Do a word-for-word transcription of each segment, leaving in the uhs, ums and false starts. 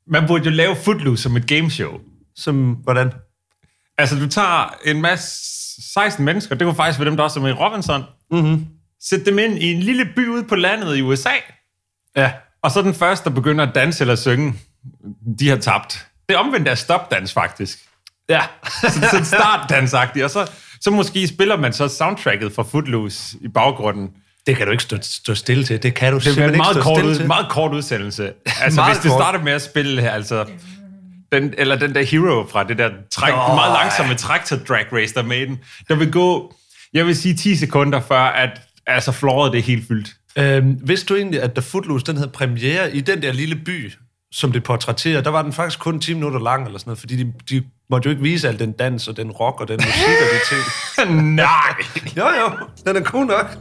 Man burde jo lave Footloose som et gameshow. Som, hvordan? Altså, du tager en masse seksten mennesker, det kunne faktisk være dem, der også er med i Robinson. Mm-hmm. Sæt dem ind i en lille by ude på landet i U S A. Ja. Og så den første, der begynder at danse eller synge, de har tabt. Det er omvendt af stopdans, faktisk. Ja. så sådan startdansagtigt. Og så, så måske spiller man så soundtracket fra Footloose i baggrunden. Det kan du ikke stå, stå stille til. Det kan du det simpelthen ikke stå stille ud, til. meget kort udsendelse. Altså, hvis det starter med at spille her, altså... Den, eller den der hero fra det der træk, oh, meget langsomme traktor drag race, der med den. Der vil gå, jeg vil sige ti sekunder før, at altså, flooret det er helt fyldt. Øhm, vidste du egentlig, at da Footloose, den havde premiere i den der lille by, som det portrætterer, der var den faktisk kun ti minutter lang, eller sådan noget, fordi de, de måtte jo ikke vise al den dans, og den rock, og den musik, og de ting. Nej! Jo, jo, den er cool nok.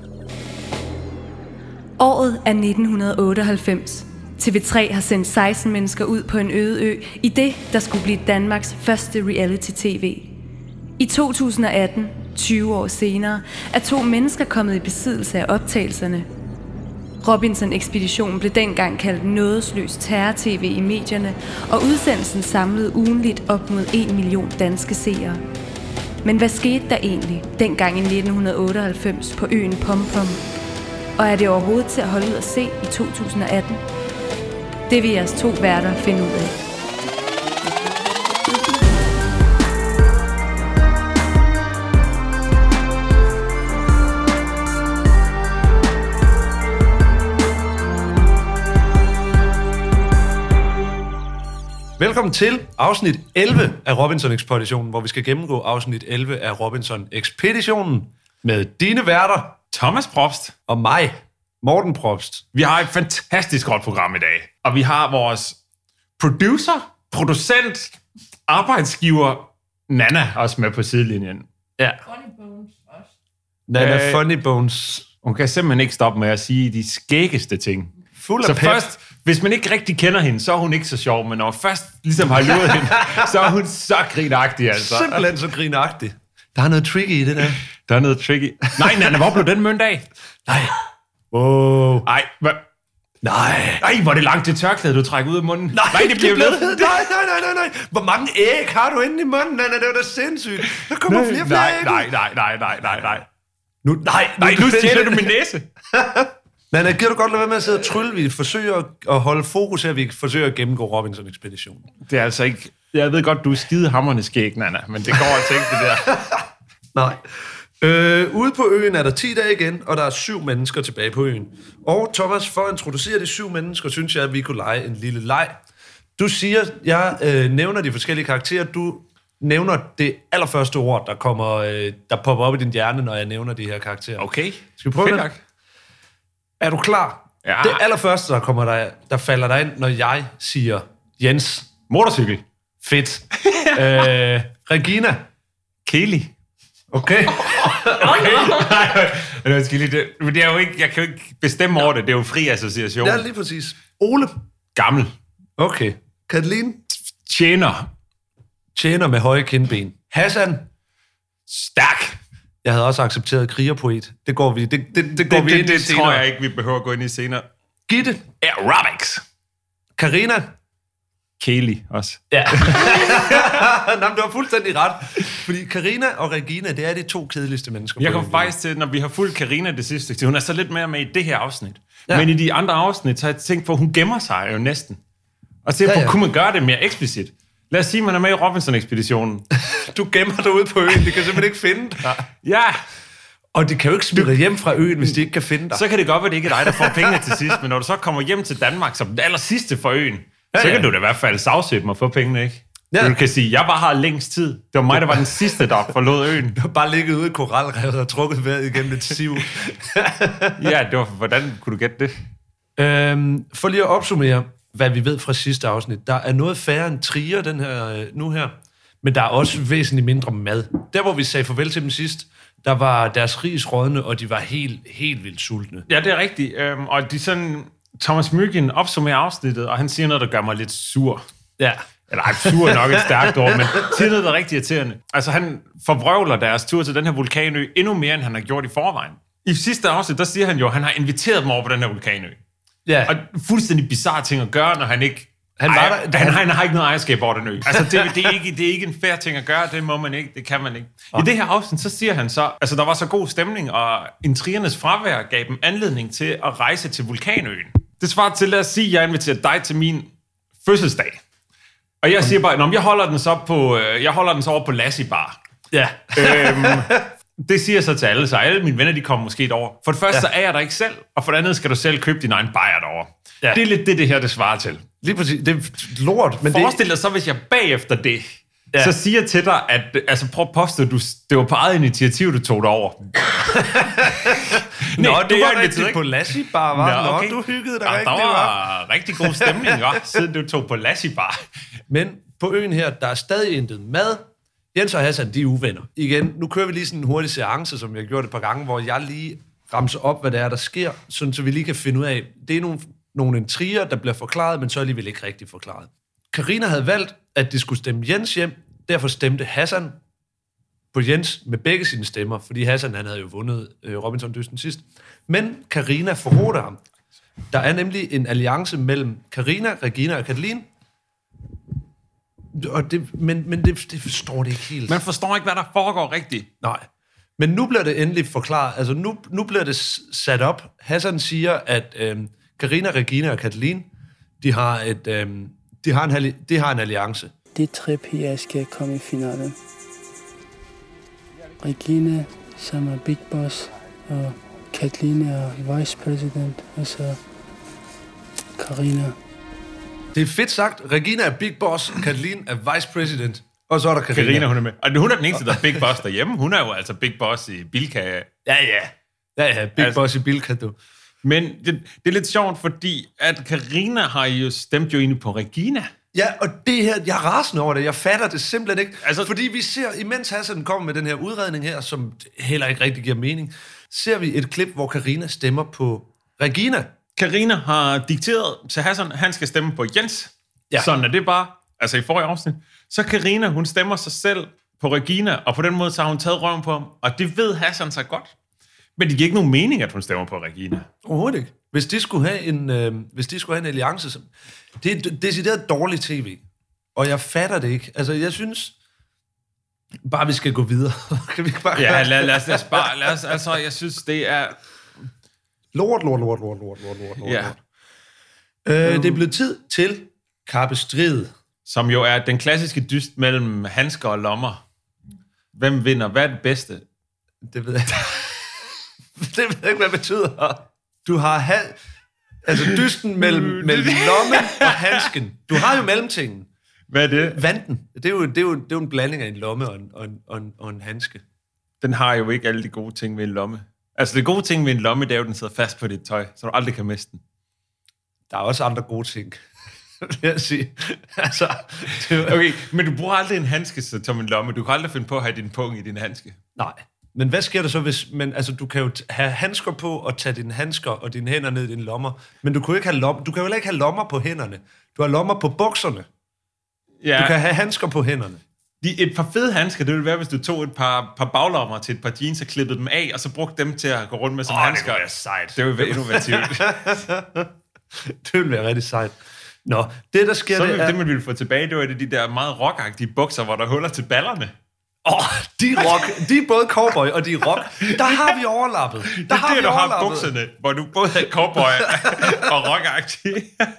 Året er nitten otteoghalvfems. T V tre har sendt seksten mennesker ud på en øde ø, i det, der skulle blive Danmarks første reality-tv. I to tusind og atten, tyve år senere, er to mennesker kommet i besiddelse af optagelserne. Robinson-ekspeditionen blev dengang kaldt nådesløs terror-tv i medierne, og udsendelsen samlede ugenligt op mod en million danske seere. Men hvad skete der egentlig dengang i nitten otteoghalvfems på øen Pompom? Og er det overhovedet til at holde ud at se i to tusind og atten? Det vil jeres to værter finde ud af. Velkommen til afsnit elleve af Robinson-ekspeditionen, hvor vi skal gennemgå afsnit elleve af Robinson-ekspeditionen med dine værter, Thomas Probst og mig, Morten Probst. Vi har et fantastisk godt program i dag, og vi har vores producer, producent, arbejdsgiver, Nana, også med på sidelinjen. Ja. Funny Bones også. Nana Øh, Funny Bones. Hun kan simpelthen ikke stoppe med at sige de skæggeste ting. Fuld Så af pep. først, hvis man ikke rigtig kender hende, så er hun ikke så sjov, men når man først ligesom har luret hende, så er hun så grinagtig, altså. Simpelthen så grinagtig. Der er noget tricky i det der. Der er noget tricky. Nej, Nana, hvor blev den mønt af? Nej. Wow. Ej, hvad? Nej. Ej, hvor er det langt det tørklæde, du trækker ud af munden. Nej, Nej det bliver ved. Nej, nej, nej, nej, nej. Hvor mange æg har du inde i munden, Nana? Det var da sindssygt. Der kommer Nej, flere flere nej, æg. nej, nej, nej, nej, nej, nej. Nu, nej, Nej, nu stjæler du min næse. Nana, giver du godt lade være med at sidde og trylle? Vi forsøger at holde fokus her. Vi forsøger at gennemgå Robinson-ekspeditionen. Det er altså ikke... Jeg ved godt, du er skide hamrende skæg, Nana, men det går altså ikke, det der. Nej. Øh, ude på øen er der ti dage igen, og der er syv mennesker tilbage på øen. Og Thomas, for at introducere de syv mennesker, synes jeg, at vi kunne lege en lille leg. Du siger, jeg øh, nævner de forskellige karakterer. Du nævner det allerførste ord, der kommer, øh, der popper op i din hjerne, når jeg nævner de her karakterer. Okay. Skal vi prøve Fedt det? nok. Er du klar? Ja. Det allerførste, der kommer der, der falder dig ind, når jeg siger Jens. Motorcykel. Fedt. øh, Regina. Kelly. Okay. Okay. Nej, det skal lige det. Men det er jo ikke, jeg kan jo ikke bestemme over det. Det er jo fri association. Ja, lige præcis. Ole. Gammel. Okay. Katalin. Tjener. Tjener med høje kindben. Hassan. Stærk. Jeg havde også accepteret krigerpoet. Det går vi, det, det, det går Det, vi det, ind i det senere. tror jeg ikke, vi behøver at gå ind i senere. Gitte. Aerobics. Karina. Kelly også. Ja. Nå, men du har fuldstændig ret. Fordi Karina og Regina, det er de to kedeligste mennesker. Jeg på kom øen. faktisk til, når vi har fulgt Karina det sidste stykke, hun er så lidt mere med i det her afsnit. Ja. Ja. Men i de andre afsnit, så har jeg tænkt på, at hun gemmer sig jo næsten. Og så ja, Ja, ja. ja. Kunne man gøre det mere eksplicit? Lad os sige, at man er med i Robinson-ekspeditionen. Du gemmer dig ude på øen, de kan simpelthen ikke finde dig. Ja, Og de kan jo ikke smide dig hjem fra øen, hvis de ikke kan finde dig. så kan det godt være, at det ikke er dig, der får pengene til sidst. Men når du så kommer hjem til Danmark som den aller sidste for øen, Ja, så ja. kan du da i hvert fald sagsøge dem og få pengene, ikke? Ja. Ja. Du kan sige, jeg bare har længst tid. Det var mig, der var den sidste, der forlod øen. Du har bare ligget ude i koralrevet og trukket vejret igennem et siv. Ja, det var, hvordan kunne du gætte det? øhm, for lige at opsummere, hvad vi ved fra sidste afsnit. Der er noget færre end trier den her, øh, nu her, men der er også væsentligt mindre mad. Der, hvor vi sagde farvel til dem sidst, der var deres ris rådne, og de var helt, helt vildt sultne. Ja, det er rigtigt. Øhm, og de sådan, Thomas Myggen opsummerer afsnittet, og han siger noget, der gør mig lidt sur. Ja. Eller ej, sur er nok et stærkt ord, men siger noget, der er rigtig irriterende. Altså, han forvrøvler deres tur til den her vulkanø endnu mere, end han har gjort i forvejen. I sidste afsnit, der siger han jo, at han har inviteret dem over på den her vulkanø. Ja. Og fuldstændig bizarre ting at gøre, når han ikke Han, var Ej, der, han, han har ikke noget ejerskab over den ø. Altså, det, det, er ikke, det er ikke en fair ting at gøre, det må man ikke, det kan man ikke. I det her afsnit, så siger han så, altså der var så god stemning, og intrigernes fravær gav dem anledning til at rejse til vulkanøen. Det svarer til, lad os sige, at jeg inviterer dig til min fødselsdag. Og jeg siger bare, jeg holder den så på, jeg holder den så over på Lassie Bar. Ja. øhm, det siger jeg så til alle, så alle mine venner, de kommer måske derover. For det første, ja. så er jeg der ikke selv, og for det andet skal du selv købe din egen bajer derovre. Ja. Det er lidt det, det her, det svarer til. Lige præcis. Det er lort. Men Forestil dig så, hvis jeg bagefter det, ja. så siger til dig, at altså prøv at påstå, du, det var på eget initiativ, du tog dig over. Nå, Nej, du det var rigtig på Lassie Bar, var Nå, okay. Nå, du hyggede dig ja, rigtig. Der var hva'? rigtig god stemning, hva'? Siden du tog på Lassie Bar. Men på øen her, der er stadig intet mad. Jens og Hassan, de er uvenner. Igen, nu kører vi lige sådan en hurtig seance, som jeg har gjort et par gange, hvor jeg lige ramser op, hvad det er, der sker, sådan, så vi lige kan finde ud af, det er nogle, nogle intriger, der bliver forklaret, men så alligevel ikke rigtig forklaret. Karina havde valgt, at de skulle stemme Jens hjem, derfor stemte Hassan på Jens med begge sine stemmer, fordi Hassan, han havde jo vundet øh, Robinson-dysten sidst. Men Karina forrådte ham. Der er nemlig en alliance mellem Karina, Regina og Katalin, og det, men, men det, det forstår det ikke helt. Man forstår ikke, hvad der foregår rigtigt. Nej. Men nu bliver det endelig forklaret. Altså nu, nu bliver det sat op. Hassan siger, at øhm, Karina, Regina og Katalin, de har, et, øhm, de, har en, de har en alliance. De tre piger skal komme i finalen. Regina, som er Big Boss, og Katalin er Vice President, og så Karina. Det er fedt sagt. Regina er Big Boss, Katalin er Vice President, og så er der Karina. Karina, hun er med. Og hun er den eneste, der er Big Boss derhjemme. Hun er jo altså Big Boss i Bilka. Ja, ja. Ja, ja, Big altså, Boss i Bilka, du. Men det, det er lidt sjovt, fordi at Karina har jo stemt jo egentlig på Regina. Ja, og det her, jeg er rasende over det. Jeg fatter det simpelthen ikke. Altså, fordi vi ser, imens Hassan kommer med den her udredning her, som heller ikke rigtig giver mening, ser vi et klip, hvor Karina stemmer på Regina. Karina har dikteret til Hassan, han skal stemme på Jens. Ja. Sådan er det bare. Altså i forrige afsnit. Så Karina, hun stemmer sig selv på Regina, og på den måde så har hun taget røven på ham. Og det ved Hassan så godt. Men det giver ikke nogen mening, at hun stemmer på Regina. Overhovedet ikke. Hvis de skulle have en, øh, hvis de skulle have en alliance, så... det er decideret dårligt tv. Og jeg fatter det ikke. Altså, jeg synes bare, vi skal gå videre. Kan vi bare... Ja, lad, lad, os, lad os bare... Lad os, altså, jeg synes, det er... Lort, lort, lort, lort, lort, lort, lort, lort. Ja. Øh, det er blevet tid til Kappestrid. Som jo er den klassiske dyst mellem handsker og lommer. Hvem vinder? Hvad er det bedste? Det ved jeg Det ved jeg ikke, hvad det betyder. Du har ha- altså dysten mellem, mellem lommen og handsken. Du har jo mellemtingen. Hvad er det? Vanten. Det er jo, det er jo, det er jo en blanding af en lomme og en, og, en, og, en, og en handske. Den har jo ikke alle de gode ting ved en lomme. Altså det gode ting ved en lomme, det er jo, at den sidder fast på dit tøj, så du aldrig kan miste den. Der er også andre gode ting, vil jeg sige. Altså, det var... Okay, men du bruger aldrig en handske som en lomme. Du kan aldrig finde på at have din pung i din handske. Nej. Men hvad sker der så, hvis... Men, altså, du kan jo have handsker på og tage dine handsker og dine hænder ned i dine lommer. Men du kan jo ikke have lommer. Du kan jo ikke have lommer på hænderne. Du har lommer på bukserne. Ja. Du kan have handsker på hænderne. De, et par fede handsker, det ville være, hvis du tog et par, par baglommer til et par jeans og klippede dem af, og så brugte dem til at gå rundt med som oh, handsker. Det ville være sejt. Det ville være innovativt. Det ville være rigtig sejt. Nå, det der sker... Så det, er... det, man ville få tilbage, det var det, de der meget rockagtige bukser, hvor der huller til ballerne. Åh, oh, de rock. De er både cowboy og de er rock. Der har vi overlappet. Der det er har det, vi du har bukserne, hvor du både er cowboy og rockagtig.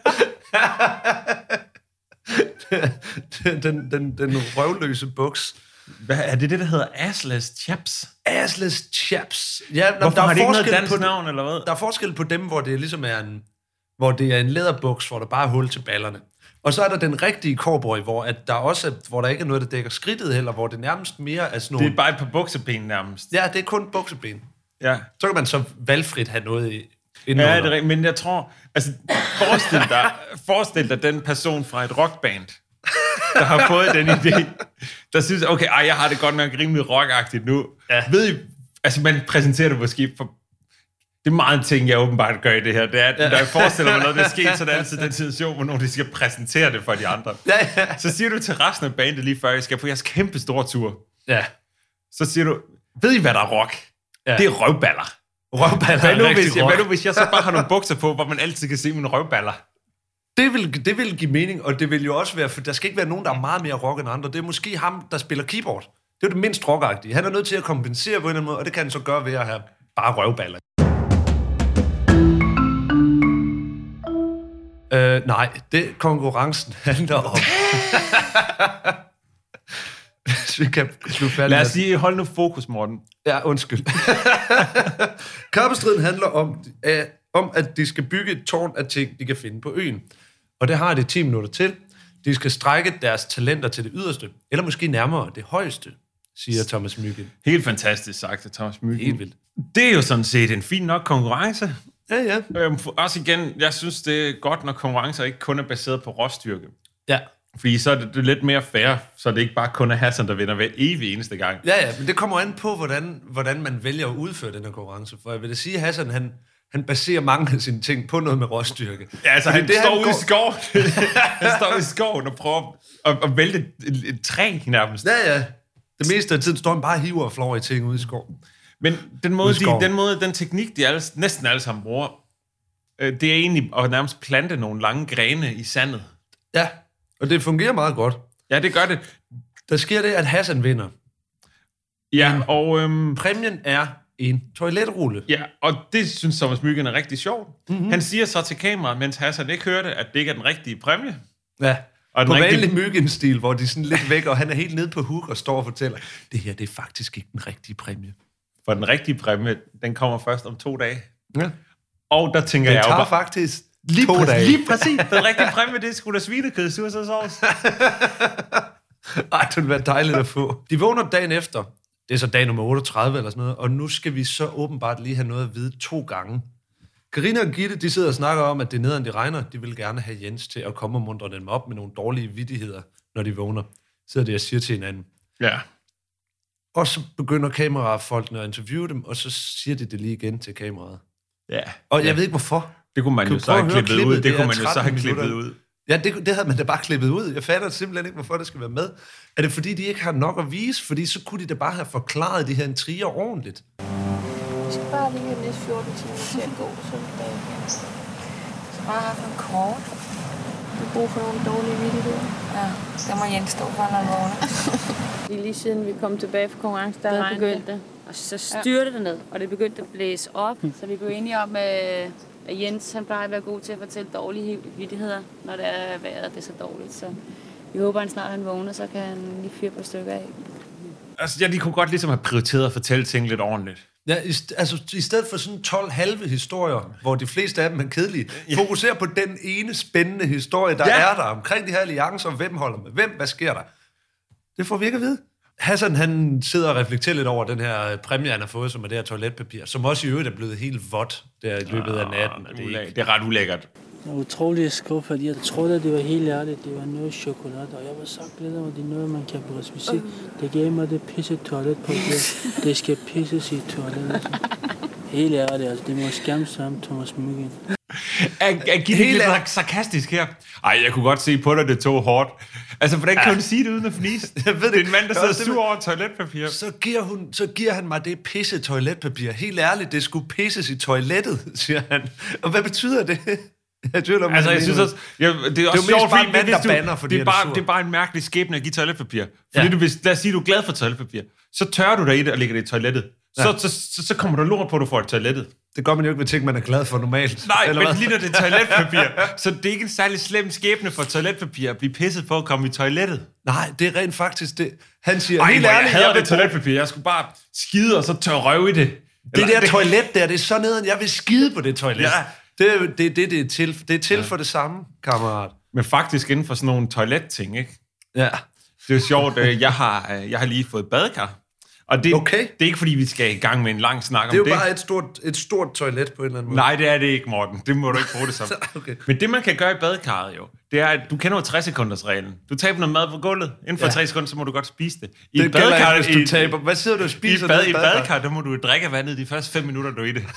den, den, den røvløse buks. Hvad, er det det, der hedder assless chaps? Assless chaps. Ja, hvorfor der har er det ikke noget dansk på, navn, eller hvad? Der er forskel på dem, hvor det ligesom er en, hvor det er en læderbuks, hvor der bare er hul til ballerne. Og så er der den rigtige cowboy, hvor, at der også er, hvor der ikke er noget, der dækker skridtet heller, hvor det nærmest mere er sådan nogle... Det er bare et par bukseben nærmest. Ja, det er kun bukseben. Ja. Så kan man så valgfrit have noget i... Ja, det er rigtigt, men jeg tror... Altså, forestil dig, forestil dig den person fra et rockband, der har fået den idé, der synes, okay, ej, jeg har det godt nok rimelig rockagtigt nu. Ja. Ved I, altså man præsenterer det måske for... Det er meget ting, jeg åbenbart gør i det her. Det er, ja. Når jeg forestiller mig noget, der er sket, så er det altid den situation, hvor nogen de skal præsentere det for de andre. Ja, ja. Så siger du til resten af bandet lige før, I skal på jeres kæmpe store tur. Ja. Så siger du, ved I hvad der er rock? Ja. Det er røvballer. Røvballer hvad nu, hvis jeg, hvad nu hvis jeg så bare har nogle bukser på, hvor man altid kan se mine røvballer? Det vil, det vil give mening, og det vil jo også være, for der skal ikke være nogen, der er meget mere rock end andre. Det er måske ham, der spiller keyboard. Det er det mindst rockagtige. Han er nødt til at kompensere på en eller anden måde, og det kan han så gøre ved at have bare røvballer. Øh, nej, det konkurrencen handler om. Så vi kan slutte færdig. Lad os lige holde nu fokus, Morten. Ja, undskyld. Kappestriden handler om, uh, om, at de skal bygge et tårn af ting, de kan finde på øen. Og det har de ti minutter til. De skal strække deres talenter til det yderste, eller måske nærmere det højeste, siger Thomas Mygind. Helt fantastisk sagt af Thomas Mygind. Helt vildt. Det er jo sådan set en fin nok konkurrence. Ja, ja. Øhm, også igen, jeg synes, det er godt, når konkurrencer ikke kun er baseret på råstyrke. Ja. Fordi så er det, det er lidt mere fair, så det ikke bare kun er Hassan, der vinder hver evig eneste gang. Ja, ja, men det kommer an på, hvordan, hvordan man vælger at udføre den her konkurrence. For jeg vil da sige, at Hassan, han, han baserer mange af sine ting på noget med råstyrke. Ja, altså han, det, står han ude går... i skoven. Han står ude i skoven og prøver at, at vælte et, et træ nærmest. Ja, ja. Det meste af tiden står han bare og hiver og flår i ting ude i skoven. Men den måde, de, den, måde den teknik, de alle, næsten alle sammen bruger, det er egentlig at nærmest plante nogle lange grene i sandet. Ja, og det fungerer meget godt. Ja, det gør det. Der sker det, at Hassan vinder. Ja, og... Øhm, præmien er en toiletrulle. Ja, og det synes Thomas Mygind er rigtig sjovt. Mm-hmm. Han siger så til kameraet, mens Hassan ikke hørte, at det ikke er den rigtige præmie. Ja, og på rigtige... vanlig Mygind-stil, hvor de er sådan lidt væk, og han er helt nede på hook og står og fortæller, det her, det er faktisk ikke den rigtige præmie. For den rigtige præmie, den kommer først om to dage. Ja. Og der tænker den jeg tager jo bare... faktisk lige to præcis, dage. Lige præcis. Den rigtige præmie, det er sgu da svinekød, surs og sovs. Ej, det ville være dejligt at få. De vågner dagen efter. Det er så dag nummer otteogtredive eller sådan noget. Og nu skal vi så åbenbart lige have noget at vide to gange. Carina og Gitte, de sidder og snakker om, at det er nederen, de regner. De vil gerne have Jens til at komme og muntre dem op med nogle dårlige vittigheder, når de vågner. Sidder de og siger til hinanden. Ja. Og så begynder kamerafolkene at interviewe dem, og så siger de det lige igen til kameraet. Ja. Og jeg ja. ved ikke, hvorfor. Det kunne man kan jo så have klippet ud. Det, det kunne man jo så have minutter. klippet ud. Ja, det, det havde man da bare klippet ud. Jeg fatter simpelthen ikke, hvorfor det skal være med. Er det fordi, de ikke har nok at vise? Fordi så kunne de da bare have forklaret de her intriger ordentligt. Vi skal bare lige have næste fjorten timer til at gå sådan bag igen. Så bare have noget kort. Vi har brug for nogle dårlige vittigheder. Ja, der må Jens stå for, når han vågner. Lige siden vi kom tilbage fra konkurrence, der, der begyndte det. Og så styrte det ned, og det begyndte at blæse op. Så vi blev enige om, at Jens han plejer at være god til at fortælle dårlige vittigheder, når det er vejret, det er så dårligt. Så vi håber, at han snart han vågner, så kan han lige fyre på stykker af. Altså, ja, de kunne godt ligesom have prioriteret at fortælle ting lidt ordentligt. Ja, i, altså i stedet for sådan tolv halve historier, hvor de fleste af dem er kedelige, ja. Fokuser på den ene spændende historie, der ja. er der omkring de her alliancer, hvem holder med hvem, hvad sker der? Det får vi ikke at vide. Hassan, han sidder og reflekterer lidt over den her præmie, han har fået, som er det her toiletpapir, som også i øvrigt er blevet helt vådt der i løbet af natten. Og det, er ikke... det er ret ulækkert. Jeg var utrolig skuffet. Jeg troede, at det var helt ærligt. Det var noget chokolade, og jeg var så glad over, at det er noget, man kan bruge. Hvis ikke, det gav mig det pisse toiletpapir. Det skal pisses i toilettet. Helt ærligt, altså. Det må skærme sammen, Thomas Mygind. Er Gitte lidt sarkastisk her? Ej, jeg kunne godt se på dig, det tog hårdt. Altså, hvordan kan ja. hun sige det uden at fnise? Jeg ved det. Det er en mand, der sidder sur over toiletpapir. Så giver, hun, så giver han mig det pisse toiletpapir. Helt ærligt, det skulle pisses i toilettet, siger han. Og hvad betyder det? Jeg tvivler om, altså, jeg synes også, ja, det er også det er sjovt, bare mand, der banner, fordi det er, bare, det er bare en mærkelig skæbne at give toiletpapir. Fordi ja. du, hvis, lad os sige, du er glad for toiletpapir, så tørrer du dig i det og lægger det i toilettet. Ja. Så, så, så, så kommer du lort på, at du får et toilettet. Det gør man jo ikke med ting, man er glad for normalt. Nej, men lige når det er toiletpapir, så det er ikke en særlig slem skæbne for toiletpapir at blive pisset på at komme i toilettet. Nej, det er rent faktisk det. Han siger, Ej, helt jeg ærligt, hader jeg det toiletpapir. Jeg skulle bare skide og så tørre røv i det. Det Eller, der det... toilet der, det er så nederen. Jeg vil skide på det toilet. Ja. Det er det, det, det er til, det er til ja. for det samme, kammerat. Men faktisk inden for sådan nogle toiletting, ikke? Ja. Det er sjovt, jeg har, jeg har lige fået badekar. Og det, okay. det er ikke, fordi vi skal i gang med en lang snak om det. Det er jo det. bare et stort, et stort toilet på en eller anden måde. Nej, det er det ikke, Morten. Det må du ikke bruge det som. Okay. Men det, man kan gøre i badekarret jo, det er, at du kender jo tres sekunders reglen. Du taber noget mad på gulvet. Inden for ja. tre sekunder, så må du godt spise det. I det badekar, ikke, hvis du taber. Hvad sidder du og spiser? I, bad, i badekar, der må du drikke vandet de første fem minutter, du er i det.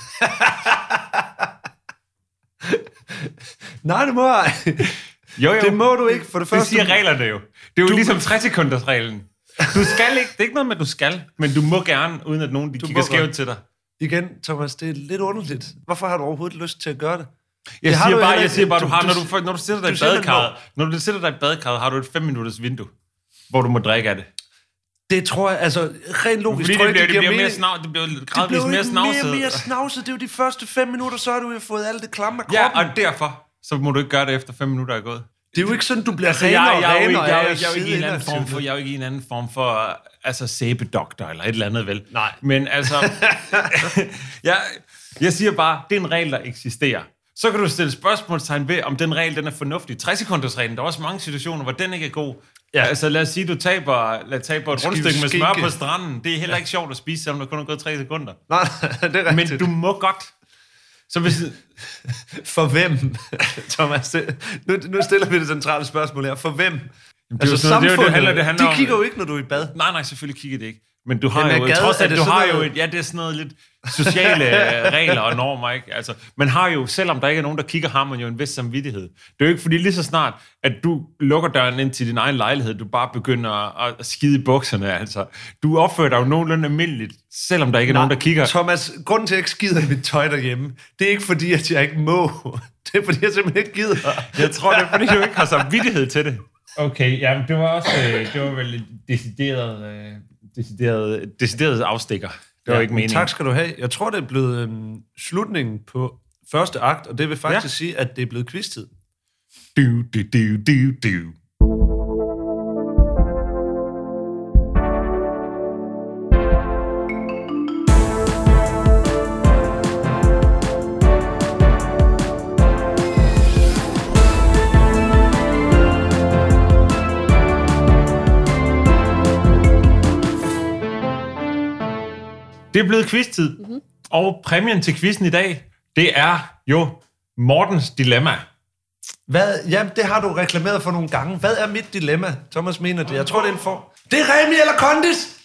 Nej, det må jeg. Jo, jo. Det må du ikke, for det første. Det siger reglerne jo. Det er jo du... ligesom tres sekunders reglen. Du skal ikke. Det er ikke noget med, at du skal, men du må gerne, uden at nogen de kigger skævt til dig. Igen, Thomas, det er lidt underligt. Hvorfor har du overhovedet lyst til at gøre det? Jeg det siger har bare, heller jeg siger bare, du, du, har, du, når du, når du sætter dig du i siger, badekarret, når du sætter dig i badekarret, har du et fem minutters vindue, hvor du må drikke af det. Det tror jeg, altså rent logisk, Fordi tror det, jeg, bliver, det, giver bliver mere mening. snav, det bliver Det gradvist bliver mere ikke snavset. mere, mere snavset. Det er jo de første fem minutter, så har du jo fået alt det klamme af Ja, kroppen. og derfor, så må du ikke gøre det efter fem minutter er gået. Det er jo ikke sådan, du bliver Altså, renere jeg, og jeg, jeg, renere jeg, jeg, af jeg, at jeg, er jo ikke i en sidde anden form for, jeg er jo ikke i en anden form for, altså sæbedoktor eller et eller andet, vel? Nej. Men altså, jeg, jeg siger bare, det er en regel, der eksisterer. Så kan du stille spørgsmålstegn ved, om den regel den er fornuftig. tres sekunders reglen, der er også mange situationer, hvor den ikke er god. Ja. Altså lad os sige, du taber, lad os taber et rundstykke med smør på stranden. Det er heller ikke sjovt at spise, selvom der kun er gået tre sekunder. Nej, det er rigtigt. Men du må godt. Så hvis... For hvem, Thomas? Det, nu, nu stiller vi det centrale spørgsmål her. For hvem? Det altså sådan, samfundet, det, det handler, det handler de om, kigger jo ikke, når du er i bad. Nej, nej, selvfølgelig kigger det ikke. Men du har Jamen, jo, gad, trods alt, du har noget... jo, et, ja, det er sådan noget lidt sociale regler og normer, ikke? Altså, man har jo, selvom der ikke er nogen, der kigger, har man jo en vis samvittighed. Det er jo ikke, fordi lige så snart, at du lukker døren ind til din egen lejlighed, du bare begynder at skide i bukserne, altså. Du opfører dig jo nogenlunde almindeligt, selvom der ikke er Nej, nogen, der kigger. Thomas, grunden til, at jeg ikke skider i mit tøj derhjemme, det er ikke fordi, at jeg ikke må. Det er fordi, jeg simpelthen ikke gider. Jeg tror, det er fordi, du ikke har samvittighed til det. Okay, ja, det var også, øh, det var vel et decideret, øh, decideret, decideret afstikker. Det var Ja, ikke meningen. Tak skal du have. Jeg tror, det er blevet øhm, slutningen på første akt, og det vil faktisk ja. sige, at det er blevet quiz-tid. Du, du, du, du, du. Det er blevet quiz-tid, mm-hmm. og præmien til quizzen i dag, det er jo Mortens dilemma. Hvad? Jamen, det har du reklameret for nogle gange. Hvad er mit dilemma? Thomas mener det. Jeg tror, det er en for... Det er Remi eller Kondis!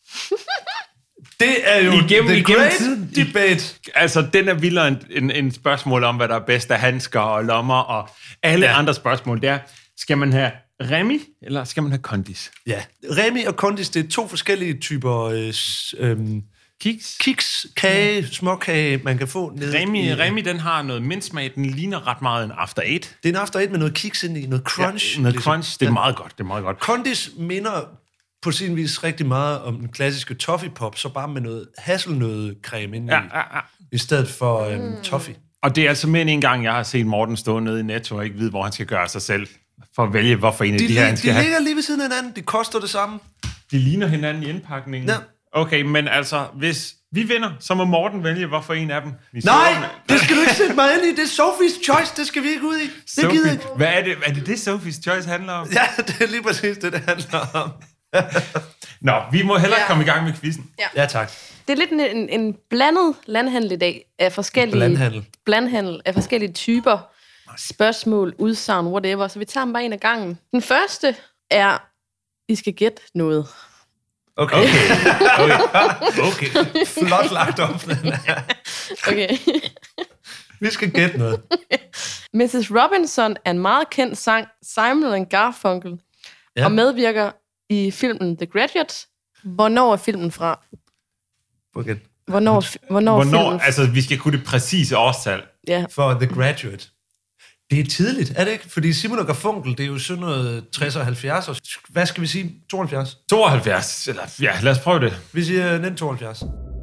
Det er jo igennem, the igennem great tiden. debate. Altså, den er vildere en, en, en spørgsmål om, hvad der er bedst af handsker og lommer og alle ja. andre spørgsmål. Det er, skal man have Remi, eller skal man have Kondis? Ja, Remi og Kondis, det er to forskellige typer øh, øhm, kiks, kiks, kage, småkage, man kan få ned Remi, i... Remi, den har noget mintsmag, den ligner ret meget en After Eight. Det er en After Eight med noget kiks ind i, noget crunch. Ja, noget ligesom. crunch, det er ja. meget godt, det er meget godt. Kondis minder på sin vis rigtig meget om den klassiske toffee pop, så bare med noget hasselnødecreme ind i, ja, ja, ja. i stedet for øhm, toffee. Og det er altså mere end en gang, jeg har set Morten stå nede i Netto og ikke vide, hvor han skal gøre sig selv, for at vælge, hvorfor en af de, de her, han skal De have. ligger lige ved siden af hinanden, de koster det samme. De ligner hinanden i indpakningen? Ja. Okay, men altså, hvis vi vinder, så må Morten vælge, hvorfor en af dem. Vi Nej, det skal du ikke sætte mig ind i. Det er Sophie's Choice, det skal vi ikke ud i. Det Sophie, gider ikke. Hvad er det, er det det, Sophie's Choice handler om? Ja, det er lige præcis det, det handler om. Nå, vi må hellere Ja. komme i gang med quizzen. Ja, tak. Det er lidt en, en, en blandet landhandel i dag af forskellige... Blandhandel. Blandhandel af forskellige typer spørgsmål, udsagn, whatever. Så vi tager dem bare en af gangen. Den første er, I skal gætte noget. Okay. Okay. okay. okay. Flot lagt op, den her. Okay. Vi skal gætte noget. missus Robinson er en meget kendt sang, Simon and Garfunkel, Ja. og medvirker i filmen The Graduate. Hvornår er filmen fra? Okay. Hvornår, hvornår, Hvornår, filmen... altså, vi skal kunne det præcise årstal. Ja. For The Graduate. Det er tidligt, er det ikke? Fordi Simon og Garfunkel, det er jo sådan noget tres og halvfjerds. Hvad skal vi sige? tooghalvfjerds? tooghalvfjerds, eller ja, lad os prøve det. Vi siger nitten tooghalvfjerds.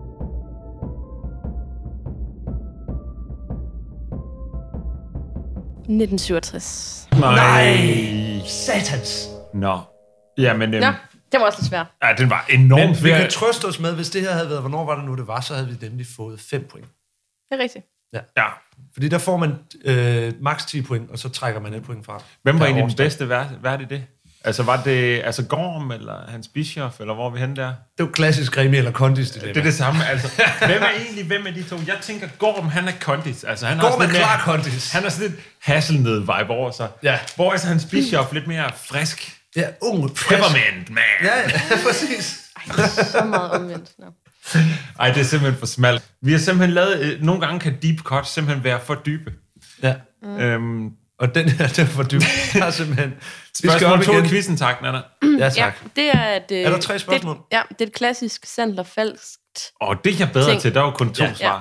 nitten syvogtres. Nej. Satans. Nå. Jamen, øhm, Ja, det var også lidt svært. ja, den var enormt Men vi svær. kan trøste os med, hvis det her havde været, hvornår var det nu, det var, så havde vi nemlig fået fem point. Det er rigtigt. Ja. Fordi der får man øh, maks ti point, og så trækker man et point fra. Hvem var Per egentlig den årsdag. bedste vært, vært i det? Altså, var det altså Gorm, eller Hans Bischoff, eller hvor er vi henne der? Det er jo klassisk Remi eller Kondis dilemma. Det er det samme, altså. Hvem er egentlig, hvem af de to? Jeg tænker, Gorm, han er Kondis. Altså, han Gorm har sådan er lidt klar mere- Kondis. Han har sådan lidt hasselnød-vibe over sig. Ja. Hvor er så Hans Bischoff lidt mere frisk? Ja, ung, fresh. Peppermint, man. Ja, ja, præcis. Så meget omvendt. No. Ej, det er simpelthen for smalt. Vi har simpelthen lavet... Øh, nogle gange kan deep cut simpelthen være for dybe. Ja. Mm. Øhm, Og den her, den var dyb. Der er simpelthen... Vi skal op spørgsmål to i igen. quizzen, tak, Nana. Ja, Ja, tak. det er et... øh, Er der tre spørgsmål? Det, ja, det er et klassisk sandt og falskt. Og det er jeg bedre Ting. til. Der er jo kun to Ja. svar i det.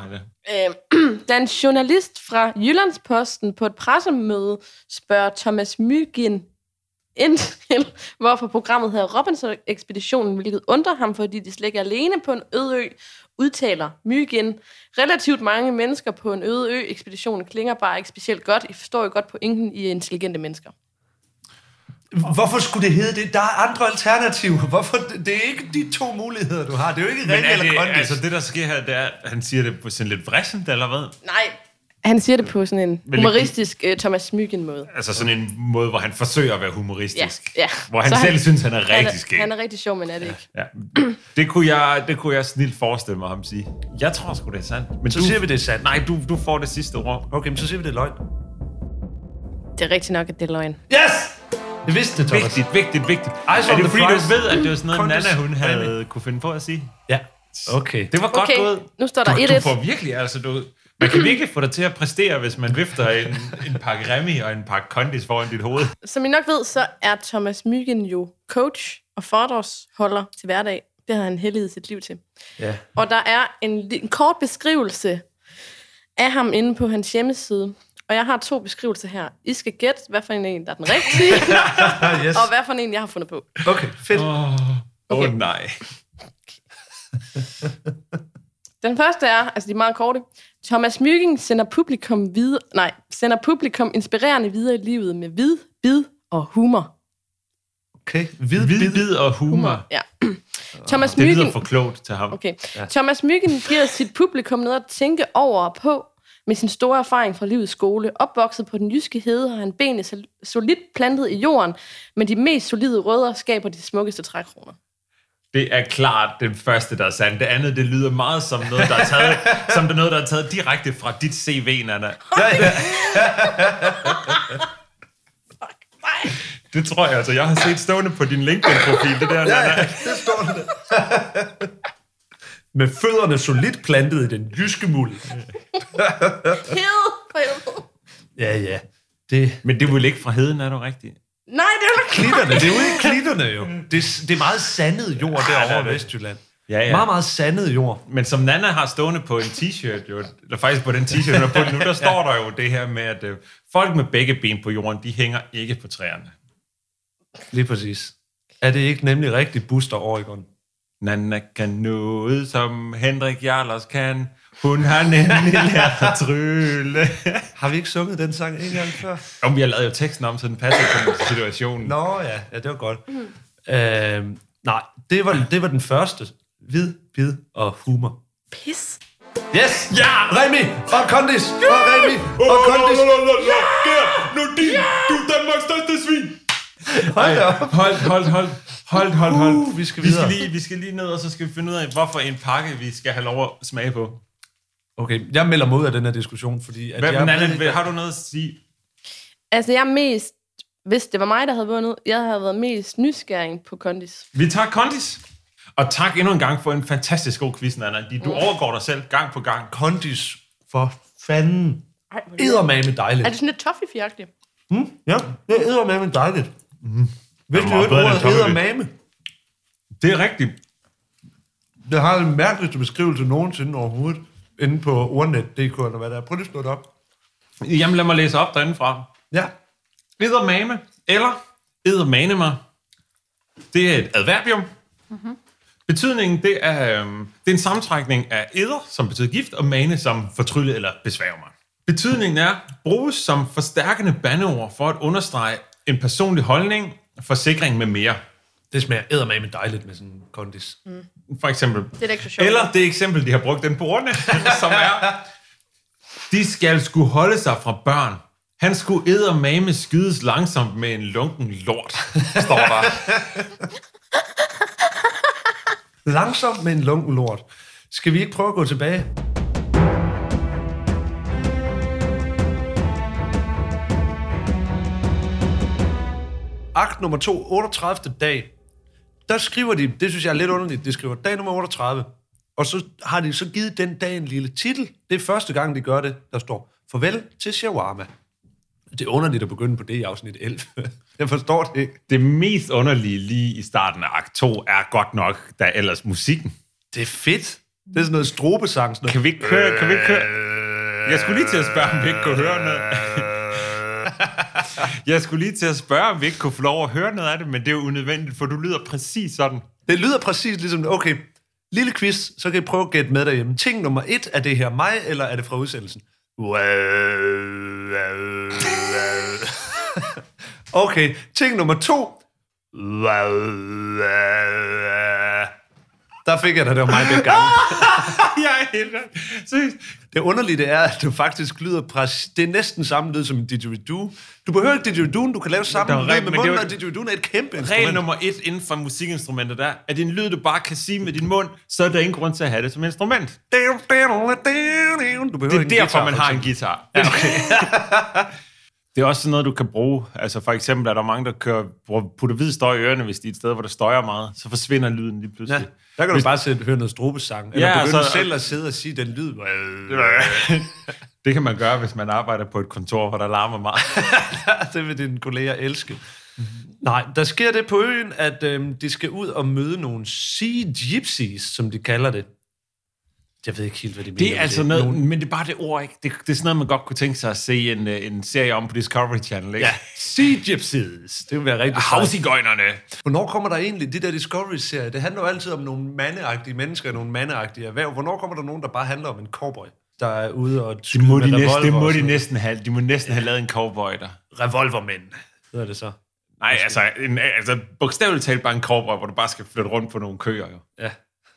Øh, da en journalist fra Jyllandsposten på et pressemøde spørger Thomas Mygind ind til, hvorfor programmet hedder Robinson-ekspeditionen, hvilket undrer ham, fordi de slet ikke er alene på en øde ø, udtaler Mygind. Relativt mange mennesker på en øde ø-ekspedition klinger bare ikke specielt godt. I forstår jo godt pointen i intelligente mennesker. Hvorfor skulle det hedde det? Der er andre alternativer. Hvorfor? Det er ikke de to muligheder, du har. Det er jo ikke Remi eller Kondis. Altså det, der sker her, det er, at han siger det på sådan lidt vrissent, eller hvad? Nej, han siger det på sådan en humoristisk uh, Thomas Mygind-måde. Altså sådan en måde, hvor han forsøger at være humoristisk. Ja, ja. Hvor han så selv han, synes, han er rigtig skæg. Han er rigtig sjov, men er det ikke. Ja. Det, kunne jeg, det kunne jeg snilt forestille mig ham sige. Jeg tror sgu, det er sandt. Men så du, siger vi, det er sandt. Nej, du, du får det sidste ord. Okay, men så siger vi, det er løgn. Det er rigtigt nok, at det er løgn. Yes! Jeg vidste det, Thomas. Vigtigt, vigtigt, vigtigt. Er det fordi, du ved, at det var sådan noget, Kondis, Nana hun havde Remi. Kunne finde på at sige? Ja. Okay. Det var godt okay. gået. Nu står der et et et. Du får virkelig, altså du... Man kan virkelig få dig til at præstere, hvis man vifter en, en pakke Remi og en pakke Kondis foran dit hoved. Som I nok ved, så er Thomas Mygind jo coach og foredragsholder til hverdag. Det har han helliget sit liv til. Ja. Og der er en, en kort beskrivelse af ham inde på hans hjemmeside. Og jeg har to beskrivelser her. I skal gætte, hvad for en, der er den rigtige, yes. og hvad for en, jeg har fundet på. Okay, fedt. Åh, oh, okay. oh, nej. Den første er, altså de er meget korte. Thomas Mygind sender publikum videre, nej, sender publikum inspirerende videre i livet med vid, bid og humor. Okay, vid, vid, bid og humor. humor. Ja. Thomas det lyder Mygind, for klogt til ham. Okay. Ja. Thomas Mygind giver sit publikum noget at tænke over og på med sin store erfaring fra livets skole. Opvokset på den jyske hede har han benene solidt plantet i jorden, men de mest solide rødder skaber de smukkeste trækroner. Det er klart den første, der er sandt. Det andet, det lyder meget som noget, der er taget, som det noget, der er taget direkte fra dit C V, Nana. Ja, ja. Det tror jeg altså. Jeg har set stående på din LinkedIn-profil, det der, Nana. Ja, det står der. Med fødderne solidt plantet i den jyske muld. Ja, ja. Det... Men det er vel ikke fra heden, er du rigtig? Nej, det er ikke klitterne. Det er ude i klitterne jo. Det er, det er meget sandet jord derovre i Vestjylland. Ja, ja. Meget, meget sandet jord. Men som Nana har stående på en t-shirt, jo, eller faktisk på den t-shirt, der på nu, der står der jo det her med, at øh, folk med begge ben på jorden, de hænger ikke på træerne. Lige præcis. Er det ikke nemlig rigtig Buster Oregon? Nana kan noget, som Henrik Jarlers kan. Hun har nemlig lært at trylle. Har vi ikke sunget den sang en gang før? Om vi har lavet jo teksten om, så den passer på situationen. Nå ja, ja det var godt. Mm. Øh, nej, det var, det var den første. Vid, bid og humor. Pis. Yes! Ja! Remi og Kondis! Og Remi og Kondis! Nu din! Du er Danmarks største svin! Hold da op. Hold, hold, hold. Hold, hold, hold. Uh, vi, skal vi, skal lige, vi skal lige ned, og så skal vi finde ud af, hvorfor en pakke, vi skal have lov at smage på. Okay, jeg melder mig ud af den her diskussion, fordi... At Hvad, jeg Nana, ved, har du noget at sige? Altså, jeg er mest... Hvis det var mig, der havde vundet, jeg havde været mest nysgerrig på Kondis. Vi tager Kondis. Og tak endnu en gang for en fantastisk god quiz, Nana. Du overgår dig selv gang på gang. Kondis, for fanden. Eddermame dejligt. Er det sådan lidt toffee-fjergtigt? Mm, ja, det er eddermame dejligt. Mm. Vidste du ikke ordet eddermame? Det er rigtigt. Det har den mærkeligste beskrivelse nogensinde overhovedet, inde på ordnet punktum d k, eller hvad der er. Prøv lige at slå det op. Jamen, lad mig læse op derindefra. Ja. Eddermame, eller eddermane mig. Det er et adverbium. Mm-hmm. Betydningen, det er, øhm, det er en sammentrækning af eder, som betyder gift, og mane, som fortrylle eller besværge mig. Betydningen er, bruges som forstærkende bandeord for at understrege en personlig holdning, forsikring med mere. Det smager eddermame dejligt med sådan en Kondis. Mm. For eksempel. Det er ikke så sjovt. Eller det eksempel, de har brugt den på ordene, som er, de skal skulle holde sig fra børn. Han skulle eddermame skydes langsomt med en lunken lort, står der. Langsomt med en lunken lort. Skal vi ikke prøve at gå tilbage? Akt nummer to, otteogtredivte dag. Der skriver de, det synes jeg er lidt underligt, de skriver dag nummer otteogtredive. Og så har de så givet den dag en lille titel. Det er første gang, de gør det. Der står, farvel til shawarma. Det er underligt at begynde på det i afsnit elleve. Jeg forstår det ikke. Det mest underlige lige i starten af akt to er godt nok, der er ellers musikken. Det er fedt. Det er sådan noget strobesang. Sådan noget. Kan vi ikke køre? Kan vi ikke køre? Jeg skulle lige til at spørge, om vi ikke kunne høre noget. Jeg skulle lige til at spørge, om vi ikke kunne få lov at høre noget af det, men det er jo unødvendigt, for du lyder præcis sådan. Det lyder præcis ligesom, okay, lille quiz, så kan I prøve at gætte med derhjemme. Ting nummer et, er det her mig, eller er det fra udsendelsen? Okay, ting nummer to. Der fik jeg da, det var mig begge gange. Jeg er helt seriøst. Det underlige er, at du faktisk lyder præcis... Det er næsten samme lyd som en didgeridoo. Du behøver ikke didgeridooen, du kan lave samme lyd med munden, og didgeridooen er et kæmpe instrument. Regel nummer et inden for musikinstrumenter der, er det en lyd, du bare kan sige med din mund, så er der ingen grund til at have det som instrument. Du det er derfor, man har en guitar. Ja, okay. Det er også sådan noget, du kan bruge. Altså for eksempel er der mange, der kører, putter hvid støj i ørerne, hvis de er et sted, hvor der støjer meget. Så forsvinder lyden lige pludselig. Ja, der kan du hvis... bare sætte, høre noget strobesang. Eller ja, begynde altså, selv at sidde og sige den lyd. Det kan man gøre, hvis man arbejder på et kontor, hvor der larmer meget. Det vil dine kolleger elske. Mm-hmm. Nej, der sker det på øen, at øhm, de skal ud og møde nogle sea gypsies, som de kalder det. Jeg ved ikke helt, hvad de mener. Det er altså det. Noget, Nogen... men det er bare det ord, ikke? Det, det er sådan noget, man godt kunne tænke sig at se en, en serie om på Discovery Channel, ikke? Ja, Sea Gypsies. Det vil være rigtig Havsigøjnerne. Hvornår kommer der egentlig, det der Discovery-serie, det handler jo altid om nogle mandeagtige mennesker, nogle mandeagtige erhverv. Hvornår kommer der nogen, der bare handler om en cowboy, der er ude og skyder med de revolver? Det må de næsten have. De må næsten ja. have lavet en cowboy der. Revolvermænd, hedder det så. Nej, altså, en, altså bogstaveligt talt bare en cowboy, hvor du bare skal flytte rundt på nogle køer, jo. Ja.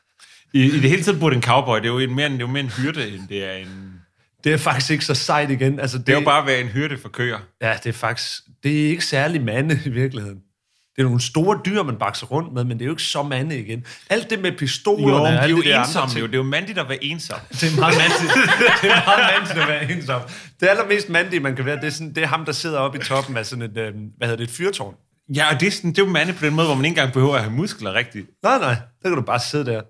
I, I det hele taget burde en cowboy, det er jo en, mere, det er jo mere en hyrde, end det er en... Det er faktisk ikke så sejt igen. Altså, det, det er jo bare at være en hyrde for køer. Ja, det er faktisk... Det er ikke særlig mande i virkeligheden. Det er nogle store dyr, man bakser rundt med, men det er jo ikke så mande igen. Alt det med pistolerne... Jo, det er jo det ensomme, jo. Det er jo mandigt at være ensom. Det er meget mandigt, det er meget mandigt at være ensom. Det allermest mandige, man kan være, det er, sådan, det er ham, der sidder oppe i toppen af sådan et... Øh, hvad hedder det? Et fyrtårn. Ja, og det er, sådan, det er jo mande på den måde, hvor man ikke engang behøver at have muskler rigtigt. Nej, nej. Der kan du bare sidde der.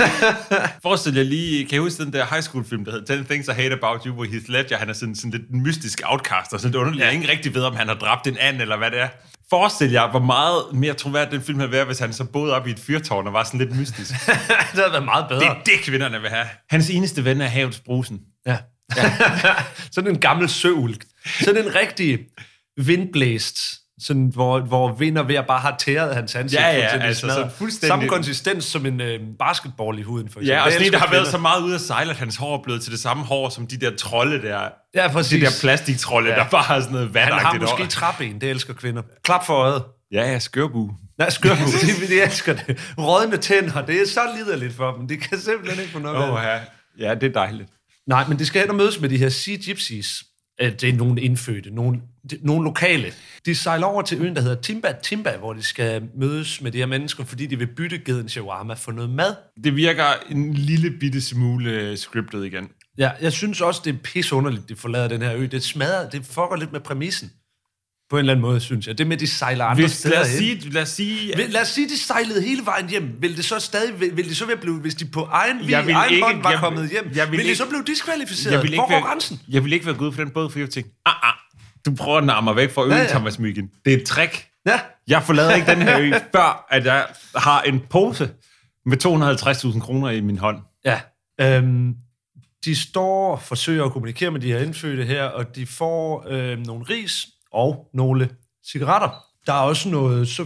Forestil jer lige, kan jeg huske den der high school film, der hedder ten Things I Hate About You, hvor Heath Ledger, han er sådan, sådan lidt en mystisk outcast, og sådan det underligt. Jeg ikke rigtig ved, om han har dræbt en and, eller hvad det er. Forestil jer, hvor meget mere troværdigt den film havde været, hvis han så boede op i et fyrtårn og var sådan lidt mystisk. Det havde været meget bedre. Det er det, kvinderne vil have. Hans eneste ven er havets brusen. Ja. Ja. Sådan en gammel søulk. Sådan en rigtig vindblæst, sådan, hvor, hvor vind og vejr bare har tæret hans ansigt. Ja, ja, altså så fuldstændig... Samme konsistens som en øh, basketball i huden, for eksempel. Ja, og sådan en, der har været så meget ude at sejle, at hans hår er blevet til det samme hår, som de der trolde der. Ja, præcis. De der plastiktrolde, ja. Der bare har sådan noget vandagtigt. Han har måske træben, det elsker kvinder. Klap for øjet. Ja, ja, skørbu. Nej, skørbu, de, de elsker det. Rådne tænder, det er så liderligt for dem. De kan simpelthen ikke få noget oh, af det. Ja, det er dejligt. Nej, men det skal hen og mødes med de her Sea Gypsies. Det er nogle indfødte, nogle, nogle lokale. De sejler over til øen, der hedder Timba Timba, hvor de skal mødes med de her mennesker, fordi de vil bytte geden shawarma for noget mad. Det virker en lille bitte smule scriptet igen. Ja, jeg synes også, det er pisseunderligt, de forlader den her ø. Det smadrer, det fucker lidt med præmissen. På en eller anden måde, synes jeg. Det med, de sejler andre hvis, steder lad os hen. sige, lad os sige, vil, lad os sige, de sejlede hele vejen hjem. Vil det så stadig, vil, vil det så være blevet, hvis de på egen, jeg vil egen ikke, hånd var jeg, kommet hjem, jeg vil, vil de ikke, så blive diskvalificeret? Jeg vil ikke Hvor være, går grænsen? Jeg vil ikke være gået for den båd, for jeg tænkte, ah, ah, du prøver at narre mig væk fra øen, ja, ja. Thomas Myggen. Det er et trick. Ja. Jeg forlader ikke den her ø, før at jeg har en pose med to hundrede og halvtreds tusind kroner i min hånd. Ja. Øhm, de står og forsøger at kommunikere med de her indfødte her, og de får øh, nogle ris og nogle cigaretter. Der er også noget, så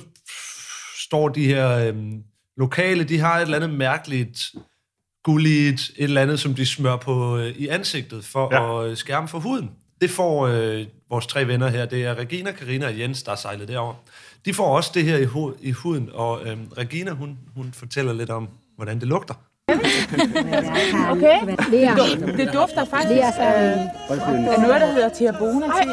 står de her øh, lokale, de har et eller andet mærkeligt, gulligt, et eller andet, som de smører på øh, i ansigtet for ja. at skærme for huden. Det får øh, vores tre venner her, det er Regina, Karina og Jens, der er sejlet derover. De får også det her i, ho- i huden, og øh, Regina, hun, hun fortæller lidt om, hvordan det lugter. Okay, det, det dufter faktisk af, af noget, der hedder Terabona til.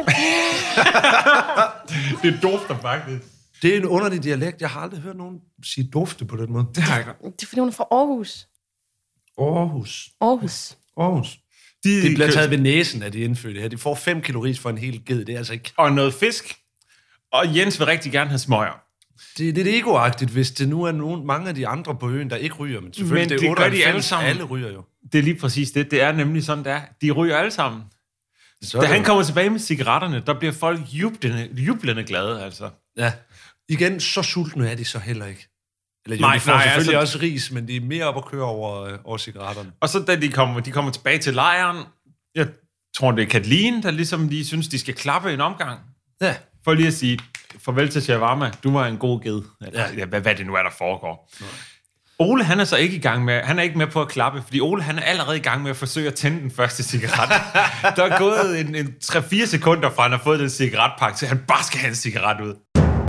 Det dufter faktisk. Det er en underlig dialekt. Jeg har aldrig hørt nogen sige dufte på den måde. Det har jeg ikke. Det er fordi, hun er fra Aarhus. Aarhus. Aarhus. Aarhus. De, de bliver taget ved næsen af de indfødte her. De får fem kilo ris for en hel ged. Det er altså ikke... Og noget fisk. Og Jens vil rigtig gerne have smøger. Det, det er det egoagtigt, hvis det nu er nogen, mange af de andre på øen, der ikke ryger. Men selvfølgelig, men det, det gør de alle sammen. Alle ryger jo. Det er lige præcis det. Det er nemlig sådan, det er. De ryger alle sammen. Så da han kommer tilbage med cigaretterne, der bliver folk jublende, jublende glade, altså. Ja. Igen, så sultne er de så heller ikke. Eller jo, Nej, de får nej, selvfølgelig altså- også ris, men de er mere op at køre over, øh, over cigaretterne. Og så da de kommer, de kommer tilbage til lejren, jeg tror, det er Kathleen, der ligesom lige synes, de skal klappe en omgang. Ja. For lige at sige, farvel til Shawarma, du var en god ged. Eller, Ja. ja. hvad, hvad det nu er, der foregår. Nej. Ole, han er så ikke i gang med, han er ikke med på at klappe, fordi Ole, han er allerede i gang med at forsøge at tænde den første cigaret. Der er gået en, en tre fire sekunder fra, han har fået den cigaretpakke, til han bare skal have en cigaret ud.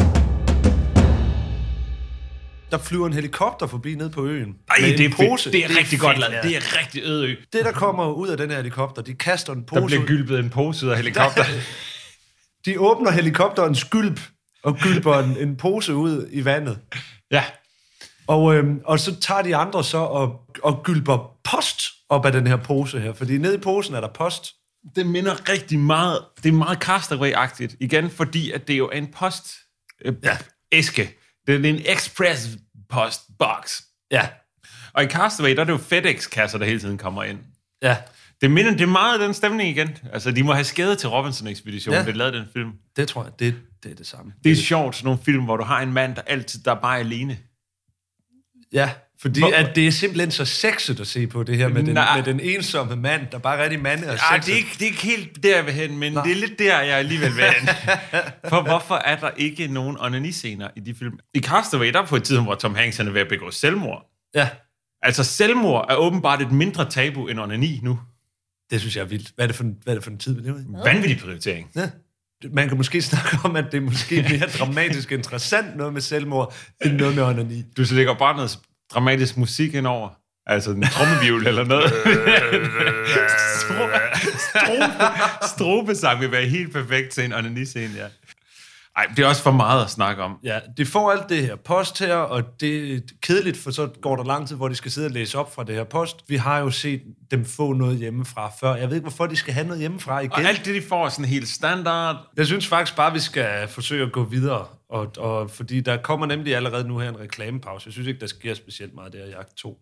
Der flyver en helikopter forbi ned på øen. Ej, med det er, en pose. fedt. Det er, det er rigtig godt lavet. Ja. Det er rigtig øde ø. Det, der kommer ud af den her helikopter, de kaster en pose Der bliver ud. gylpet en pose ud af helikopteren. De åbner helikopterens gylp og gylper en, en pose ud i vandet. Ja. Og, øhm, og så tager de andre så og, og gylper post op af den her pose her. Fordi nede i posen er der post. Det minder rigtig meget, det er meget Castaway-agtigt. Igen, fordi at det jo er en post øh, Ja. æske. Det er en express post box. Ja. Og i Castaway, der er det jo FedEx-kasser, der hele tiden kommer ind. Ja. Det minder, det er meget den stemning igen. Altså, de må have skædet til Robinson-ekspeditionen, Ja. ja. det lavede den film. Det tror jeg, det, det er det samme. Det er sjovt, sådan nogle film, hvor du har en mand, der altid der er bare alene. Ja, fordi Hvor- at det er simpelthen så sexet at se på det her med den, Nej. med den ensomme mand, der bare er rigtig mand og Ja, sexet. det er, ikke, det er ikke helt der, jeg vil hen, men Nej. det er lidt der, jeg alligevel vil hen. For hvorfor er der ikke nogen onaniscener i de film? I Castaway, der er på et tidspunkt, hvor Tom Hanks han er ved at begå selvmord. Ja, Altså, selvmord er åbenbart et mindre tabu end onani nu. det synes jeg er vildt. Hvad er det for en, hvad er det for en tid, vi lever i? Vanvittig prioritering. Ja. Man kan måske snakke om, at det er måske mere dramatisk interessant noget med selvmord, end noget med onani. Du så lægger bare noget dramatisk musik ind over. Altså en trommevivl eller noget. Strobe, strobesang vil være helt perfekt til en onaniscene, ja. Ej, det er også for meget at snakke om. Ja, de får alt det her post her, og det er kedeligt, for så går der lang tid, hvor de skal sidde og læse op fra det her post. Vi har jo set dem få noget hjemmefra før. Jeg ved ikke, hvorfor de skal have noget hjemmefra igen. Og alt det, de får, er sådan helt standard. Jeg synes faktisk bare, vi skal forsøge at gå videre, og, og, fordi der kommer nemlig allerede nu her en reklamepause. Jeg synes ikke, der sker specielt meget der i akt to.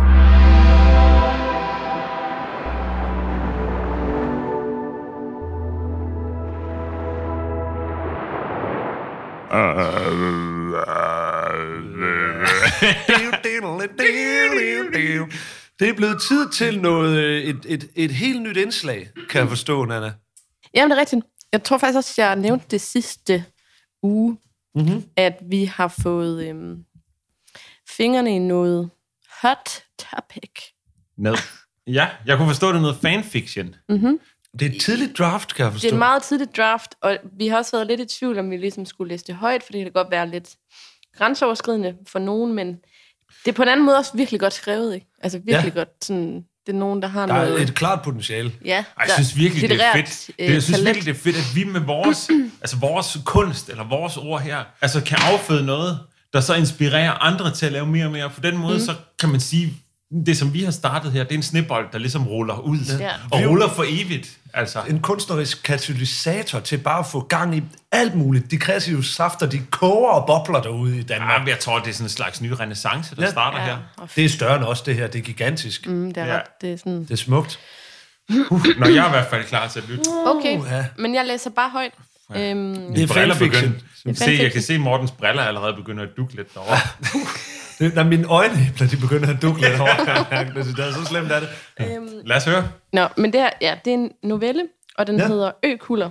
Det er blevet tid til noget, et, et, et helt nyt indslag, kan jeg forstå, Nana. Jamen, det er rigtigt. Jeg tror faktisk også, jeg nævnte det sidste uge, mm-hmm. at vi har fået øhm, fingrene i noget hot topic. Ned. Ja, jeg kunne forstå, det er noget fanfiction. Mm-hmm. Det er et tidligt draft, kan jeg forstå. Det er et meget tidligt draft, og vi har også været lidt i tvivl, om vi ligesom skulle læse det højt, fordi det kan godt være lidt grænseoverskridende for nogen, men det er på en anden måde også virkelig godt skrevet, ikke? Altså virkelig ja. godt sådan... Det er nogen, der har der noget... er et klart potentiale. Ja, Ej, jeg synes virkelig, det er fedt. Øh, Det, jeg synes talent. virkelig, det er fedt, at vi med vores, altså vores kunst, eller vores ord her, altså kan afføde noget, der så inspirerer andre til at lave mere og mere. På den måde, mm. så kan man sige, det som vi har startet her, det er en snebold, der ligesom ruller ud. Ja. Og ruller for evigt. Altså. En kunstnerisk katalysator til bare at få gang i alt muligt. De kreative safter, de koger og bobler derude i Danmark. Ja, jeg tror, det er sådan en slags ny renaissance, der Ja. starter Ja. her. Det er større end os, det her. Det er gigantisk. Mm. Mm, det er Ja. ret, det er sådan... Det er smukt. Når jeg er i hvert fald klar til at lytte. Okay, Uha. men jeg læser bare højt. Ja. Øhm, Det er Briller fanfiction. begynder- Se, jeg kan se, Mortens briller allerede begynder at dukke lidt derovre. Det, når mine øjenæbler, de begynder at dukke lidt over. Det er så slemt, er det. øhm, Lad os høre. Nå, men det her, ja, det er en novelle, og den Ja. ja. hedder Økuller.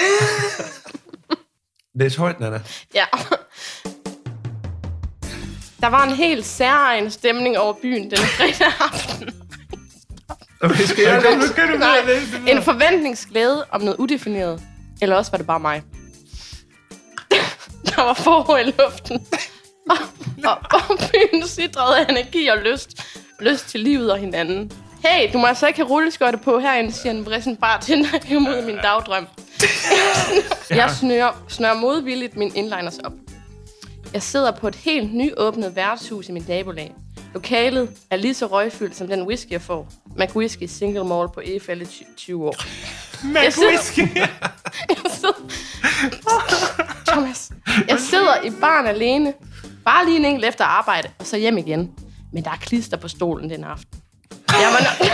Læs højt, Nana. Ja. Der var en helt særegen stemning over byen den fredag aften. Okay, skal jeg Nu kan du Nej, læse det en forventningsglæde om noget udefineret. Eller også var det bare mig. Der var forår i luften. Og, og, og byen sidrede af energi og lyst. Lyst til livet og hinanden. Hey, du må altså ikke have rulleskøjter på herinde, siger en vrissen bartender imod min dagdrøm. Jeg snører, snører modvilligt min inliners op. Jeg sidder på et helt nyåbnet værtshus i mit nabolag. Lokalet er lige så røgfyldt som den whisky, jeg får. McWhisky Single Malt på E F L i tyve år. Jeg sidder, jeg sidder, Thomas, jeg sidder i baren alene. Bare lige en enkelt efter arbejde, og så hjem igen. Men der er klister på stolen den aften. Jeg var nok,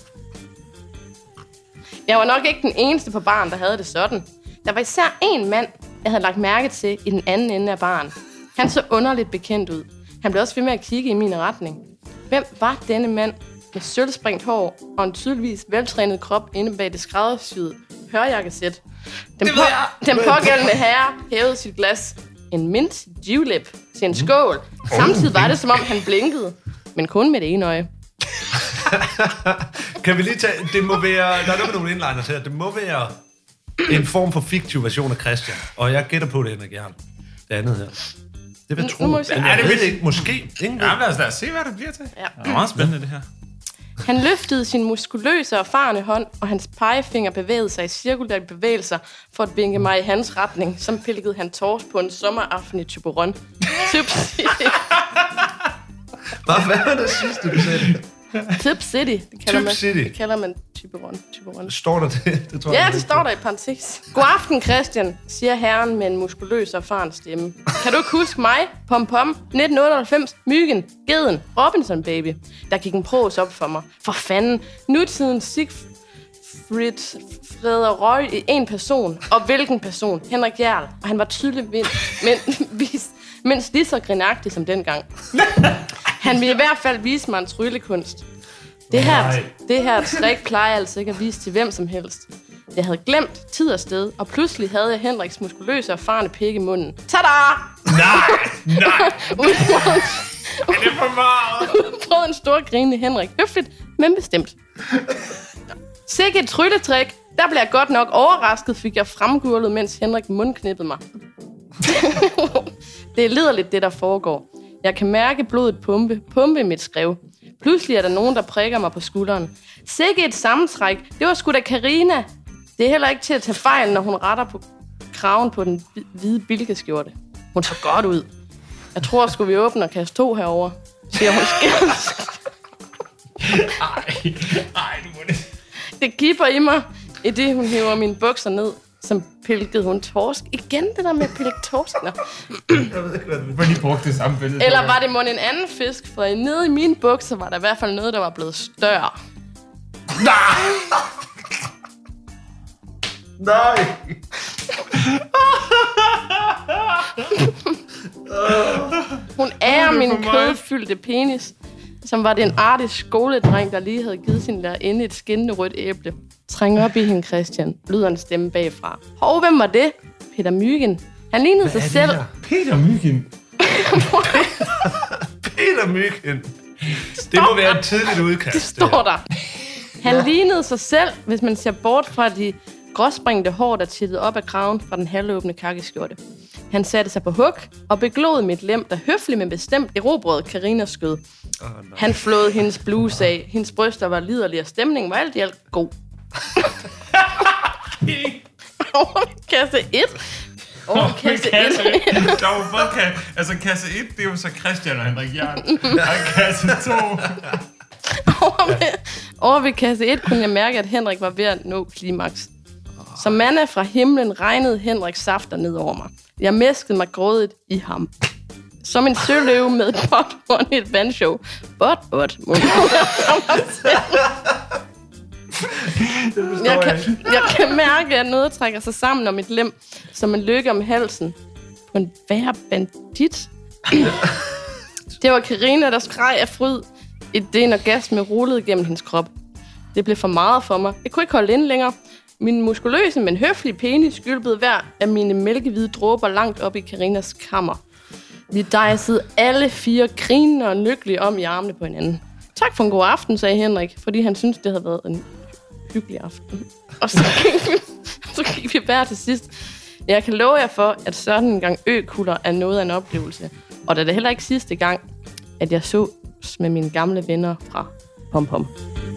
jeg var nok ikke den eneste på baren, der havde det sådan. Der var især en mand, jeg havde lagt mærke til i den anden ende af baren. Han så underligt bekendt ud. Han blev også ved med at kigge i min retning. Hvem var denne mand med sølvsprængt hår og en tydeligvis veltrænet krop inde bag det skræddersyede hørjakkesæt? Den, på, den pågældende herre hævede sit glas. En mint julep til en skål. Samtidig var det, som om han blinkede, men kun med det ene øje. Kan vi lige tage... Det må være... Der er noget med nogle inliners her. Det må være en form for fiktiv version af Christian. Og jeg gætter på det, Henrik Jern. Det andet her. Det vil jeg tro. Ja, det ved ikke. Måske. Ingen ja, lad os da se, hvad det bliver til. Ja. Det er meget spændende, det her. Han løftede sin muskuløse og erfarne hånd, og hans pegefinger bevægede sig i cirkulære bevægelser for at vinke mig i hans retning, som pilkede han tors på en sommeraften i Tyberon. Tip City. Hvad var det sidste, du sagde? Tip City. Det kalder Tip man, City. Det kalder man Tyberon. Tyberon. Står der det? Det tror ja, jeg, det står der i parentes. God aften, Christian, siger herren med en muskuløs og erfaren stemme. Kan du ikke huske mig? Pom Pom, nitten otteoghalvfems, Myggen, Geden, Robinson Baby. Der gik en pros op for mig. For fanden, nutiden Siegfried Frederøj i en person. Og hvilken person? Henrik Jarl. Og han var tydelig vind, men vis, mindst lige så grinagtig som dengang. Han ville i hvert fald vise mig en tryllekunst. Det her, det her trick plejer altså ikke at vise til hvem som helst. Jeg havde glemt tid og sted, og pludselig havde jeg Henriks muskuløse og erfarne pik i munden. Tada! Nej, nej! Udbrød er det for meget? Udbrød en stor grinende Henrik. Høfligt, men bestemt. Sikke et trylletrik. Der blev jeg godt nok overrasket, fik jeg fremgurlet, mens Henrik mundknippede mig. Det er liderligt, det der foregår. Jeg kan mærke blodet pumpe, pumpe i mit skrev. Pludselig er der nogen, der prikker mig på skulderen. Sikke et sammentræk. Det var sgu da Karina. Det er heller ikke til at tage fejl, når hun retter på kraven på den hvide bilkeskjorte. Hun så godt ud. Jeg tror, skulle vi åbne og kaste to herover, siger hun skældt. Ej, ej, du må det. Det gipper i mig, i det hun hæver mine bukser ned. Som pilkede hun torsk. Igen det der med at pilke torsk. Nå. Jeg ved ikke, hvad det var. De brugte det samme billede. Eller var det måske en anden fisk? For nede i mine bukser var der i hvert fald noget, der var blevet større. Nej! Nej! Hun ærer min kødfyldte penis, som var den artige skoledreng, der lige havde givet sin lærerinde et skinnende rødt æble. Træng op i hende, Christian, lyder en stemme bagfra. Hov, hvem var det? Peter Myggen. Han lignede sig selv. Her? Peter Myggen? Peter Myggen? Det må være et tidligt udkast. Det står der. Han ja. lignede sig selv, hvis man ser bort fra de gråspringende hår, der tittede op af kraven fra den halvåbne kakkeskjorte. Han satte sig på hug og beglod mit lem, der høfligt men bestemt erobrede Karinas skød. Oh, han flåede hendes bluse af. Hendes bryster var liderlige, og stemningen var alt i alt god. Over kasse et. Over kasse et. Der var både kasse... Altså, kasse et, det er jo så Christian og Henrik Jern. Og kasse to... Over ved, over ved kasse et kunne jeg mærke, at Henrik var ved at nå klimaks. Som manna fra himlen regnede Henrik safter ned over mig. Jeg mæskede mig grådigt i ham. Som en søløve med et pothorn i et vandshow. Bot, bot, må jeg, kan, jeg kan mærke, at noget trækker sig sammen om mit lem, som en lykke om halsen på en værre bandit. Det var Karina, der skreg af fryd, i det en orgasme rullede gennem hendes krop. Det blev for meget for mig. Jeg kunne ikke holde ind længere. Min muskuløse, men høflige penis skylpede hver af mine mælkehvide dråber langt op i Karinas kammer. Vi dejsede alle fire grinende og lykkelige om i armene på hinanden. Tak for en god aften, sagde Henrik, fordi han syntes, det havde været en hyggelig aften. Og så gik vi, så gik vi hver til sidst. Jeg kan love jer for, at sådan en gang økuller er noget af en oplevelse. Og det er det heller ikke sidste gang, at jeg så med mine gamle venner fra Pom Pom.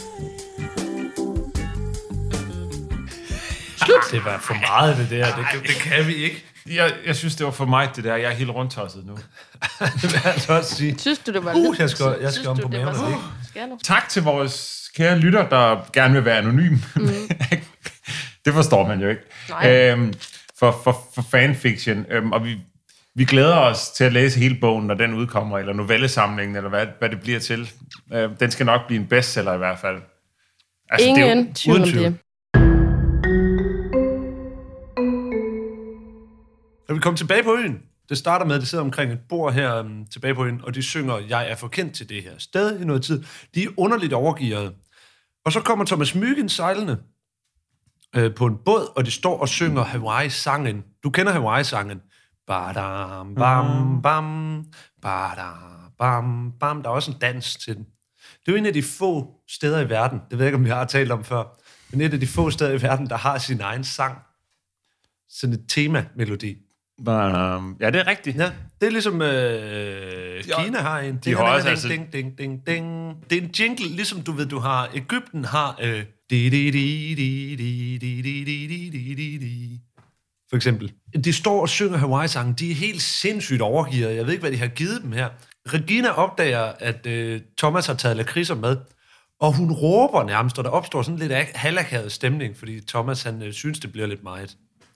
Slut. Det var for meget, det der. Det, det kan vi ikke. Jeg, jeg synes, det var for mig, det der. Jeg er helt rundtosset nu. Det vil jeg altså også sige. Synes du, det var uh, lidt? Jeg skal, jeg skal om på maven. Uh. Tak til vores kære lytter, der gerne vil være anonym. Mm. Det forstår man jo ikke. Øhm, for, for, for fanfiction. Øhm, og vi, vi glæder os til at læse hele bogen, når den udkommer, eller novellesamlingen, eller hvad, hvad det bliver til. Øhm, den skal nok blive en bestseller i hvert fald. Altså, ingen det er jo, tvivl om det. Er vi kommet tilbage på øen? Det starter med, at de sidder omkring et bord her um, tilbage på øen, og de synger, jeg er forkendt til det her sted i noget tid. De er underligt overgearede. Og så kommer Thomas Mygind sejlende øh, på en båd, og de står og synger Hawaii-sangen. Du kender Hawaii-sangen. Badam, bam, bam, badam, bam, bam. Der er også en dans til den. Det er jo en af de få steder i verden, det ved jeg ikke, om vi har talt om før, men et af de få steder i verden, der har sin egen sang. Sådan et tema-melodi. Ja, det er rigtigt. Ja, det er ligesom øh, Kina har en. De har også altså... Ding, ding, ding, ding. Det er en jingle, ligesom du ved, du har... Egypten har... Øh, di, di, di, di, di, di, di, di, di, di, di. For eksempel. De står og synger Hawaii-sangen. De er helt sindssygt overgearet. Jeg ved ikke, hvad de har givet dem her. Regina opdager, at øh, Thomas har taget lakridser med, og hun råber nærmest, og der opstår sådan lidt halvakavet stemning, fordi Thomas, han øh, synes, det bliver lidt meget.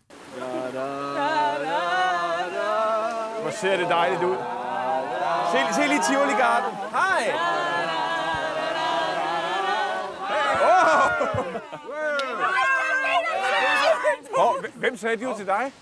Hvor ser det dejligt ud. Se, se lige Tivoli-garden. Hej! Oh. Oh, hvem sagde de jo til dig?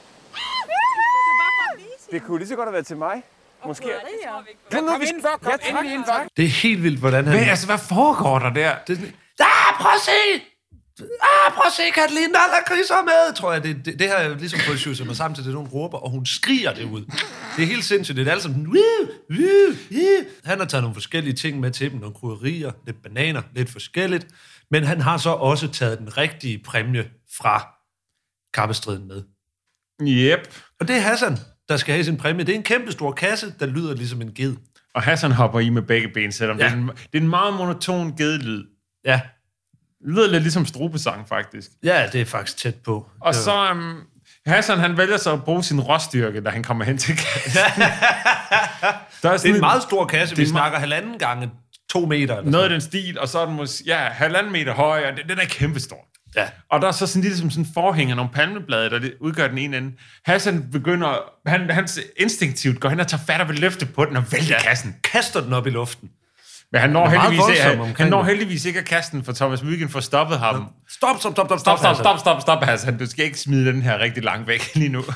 Det kunne lige så godt have været til mig. Måske. Kom nu, vi for, kom ja, endelig indenfor. Det er helt vildt, hvordan han... Men altså, hvad foregår der der? Det er sådan... Ah, prøv at se! Ah, prøv at se, Katalin, der er lakridser med! Tror jeg, det, det, det her er ligesom fået sjusset mig sammen til det, nogen råber, og hun skriger det ud. Det er helt sindssygt. Det er alt sammen... Han har taget nogle forskellige ting med til dem. Nogle krydderier, lidt bananer, lidt forskelligt. Men han har så også taget den rigtige præmie fra kappestriden med. Yep. Og det er Hassan, der skal have sin præmie. Det er en kæmpe stor kasse, der lyder ligesom en ged. Og Hassan hopper i med begge ben, selvom ja. det, er en, det er en meget monoton gedelyd. Ja. Det lyder lidt ligesom strubesang, faktisk. Ja, det er faktisk tæt på. Og så... Um, Hassan, han vælger så at bruge sin råstyrke, da han kommer hen til kassen. Der er det er en meget stor kasse. Vi snakker meget... halvanden gange to meter. Eller noget af den stil, og så er den måske, ja, halvanden meter høj, og den er kæmpestor. Ja. Og der er så sådan lidt som sådan en forhæng af nogle palmeblade, der udgør den ene ende. Hassan begynder, han, hans instinktivt går hen og tager fat og vil løfte på den og vælge ja. kassen. Kaster den op i luften. Men han når, heldigvis ikke, han, han når heldigvis ikke at kaste den, for Thomas Mygind får stoppet ham. Stop, stop, stop, stop, stop, stop, stop, stop, stop, Hassan. Du skal ikke smide den her rigtig langt væk lige nu.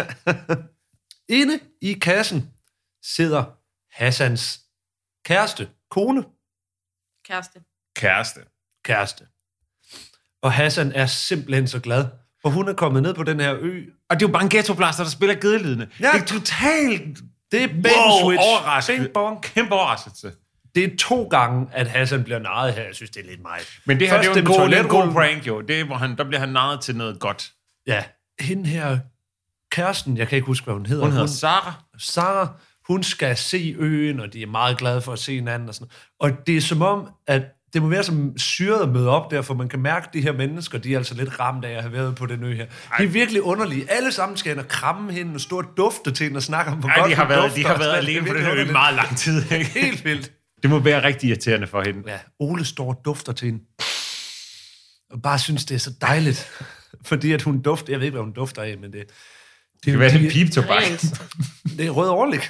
Inde i kassen sidder Hassans kæreste, kone. Kæreste. Kæreste. Kæreste. Og Hassan er simpelthen så glad, for hun er kommet ned på den her ø. Og det er jo bare en ghettoblaster, der spiller gedelydende. Ja. Det er totalt... Det er bait and switch. Overraskelse. Kæmpe overraskelse. Det er to gange, at Hassan bliver narret her. Jeg synes, det er lidt meget. Men det her, Først, det er jo en god, en god prank, jo. Det er, hvor han, der bliver han narret til noget godt. Ja. Hende her, kæresten, jeg kan ikke huske, hvad hun hedder. Hun hedder hun, Sarah. Sarah, hun skal se øen, og de er meget glade for at se hinanden. Og, sådan. Og det er som om, at det må være som syret at møde op der, for man kan mærke, at de her mennesker, de er altså lidt ramt af at have været på den ø her. De er virkelig underlige. Alle sammen skal hen og kramme hende og stå og dufte til hende og snakke om, hvor Ej, godt de har været, dufter. De har været alene på den ø i meget lang tid. Ikke? Helt vildt. Det må være rigtig irriterende for hende. Ja, Ole står og dufter til hende. Og bare synes, det er så dejligt. Fordi at hun dufter, jeg ved ikke, hvad hun dufter af, men det... Det, det kan være en piptobak. Det er rød overlig.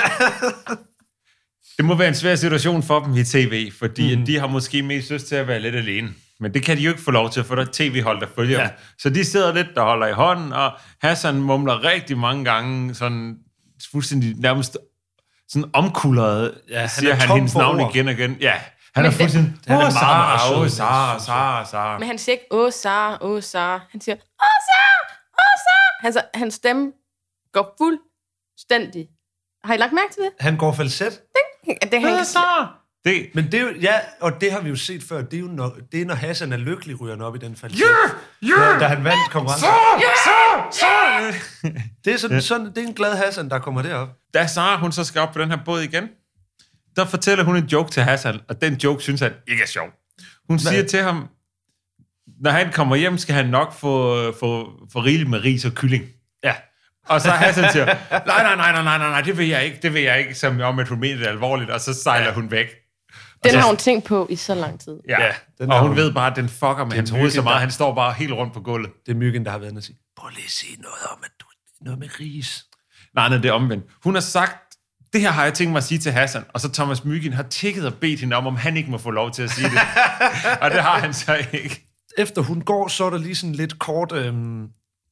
Det må være en svær situation for dem i tv, fordi mm. de har måske mest lyst til at være lidt alene. Men det kan de jo ikke få lov til, for der er tv-hold, der følger ja. dem. Så de sidder lidt, der holder i hånden, og Hassan mumler rigtig mange gange, sådan fuldstændig nærmest sådan omkuldret, ja, siger han, han hendes navn ord. igen og igen. Ja, han er fuldstændig... Han er Sara, åh, Sara, Sara, Sara. Men han siger ikke, åh, Sara, åh, Sara. Han siger, åh, Sara, åh, Sara. Altså, hans stemme går fuldstændig. Har I lagt mærke til det? Han går falset. Det, det han kan Sara. Det. Men det er jo, ja, og det har vi jo set før, det er jo når, det er, når Hassan er lykkelig, ryger han op i den falset. Ja, ja. Da han vandt konkurrencen. Sara, Sara, Sara. Det er sådan, ja. sådan, det er en glad Hassan, der kommer derop. Da Sara, hun så skal op på den her båd igen, der fortæller hun en joke til Hassan, og den joke synes han ikke er sjov. Hun Hvad? siger til ham, når han kommer hjem, skal han nok få, få, få rigeligt med ris og kylling. Ja. Og så Hassan siger, nej, nej, nej, nej, nej, nej, det vil jeg ikke, det vil jeg ikke, som om, at hun mener det alvorligt, og så sejler ja. hun væk. Den har hun tænkt på i så lang tid. Ja, ja den og hun, hun ved bare, at den fucker med hans hoved så meget, der... han står bare helt rundt på gulvet. Det er Myggen, der har været inde og sige, prøv lige at sige noget om, at du noget med ris. Nej, nej, det er omvendt. Hun har sagt, det her har jeg tænkt mig at sige til Hassan, og så Thomas Mygind har tækket og bedt hende om, om han ikke må få lov til at sige det. Og det har han så ikke. Efter hun går, så er der lige sådan lidt kort... Øhm,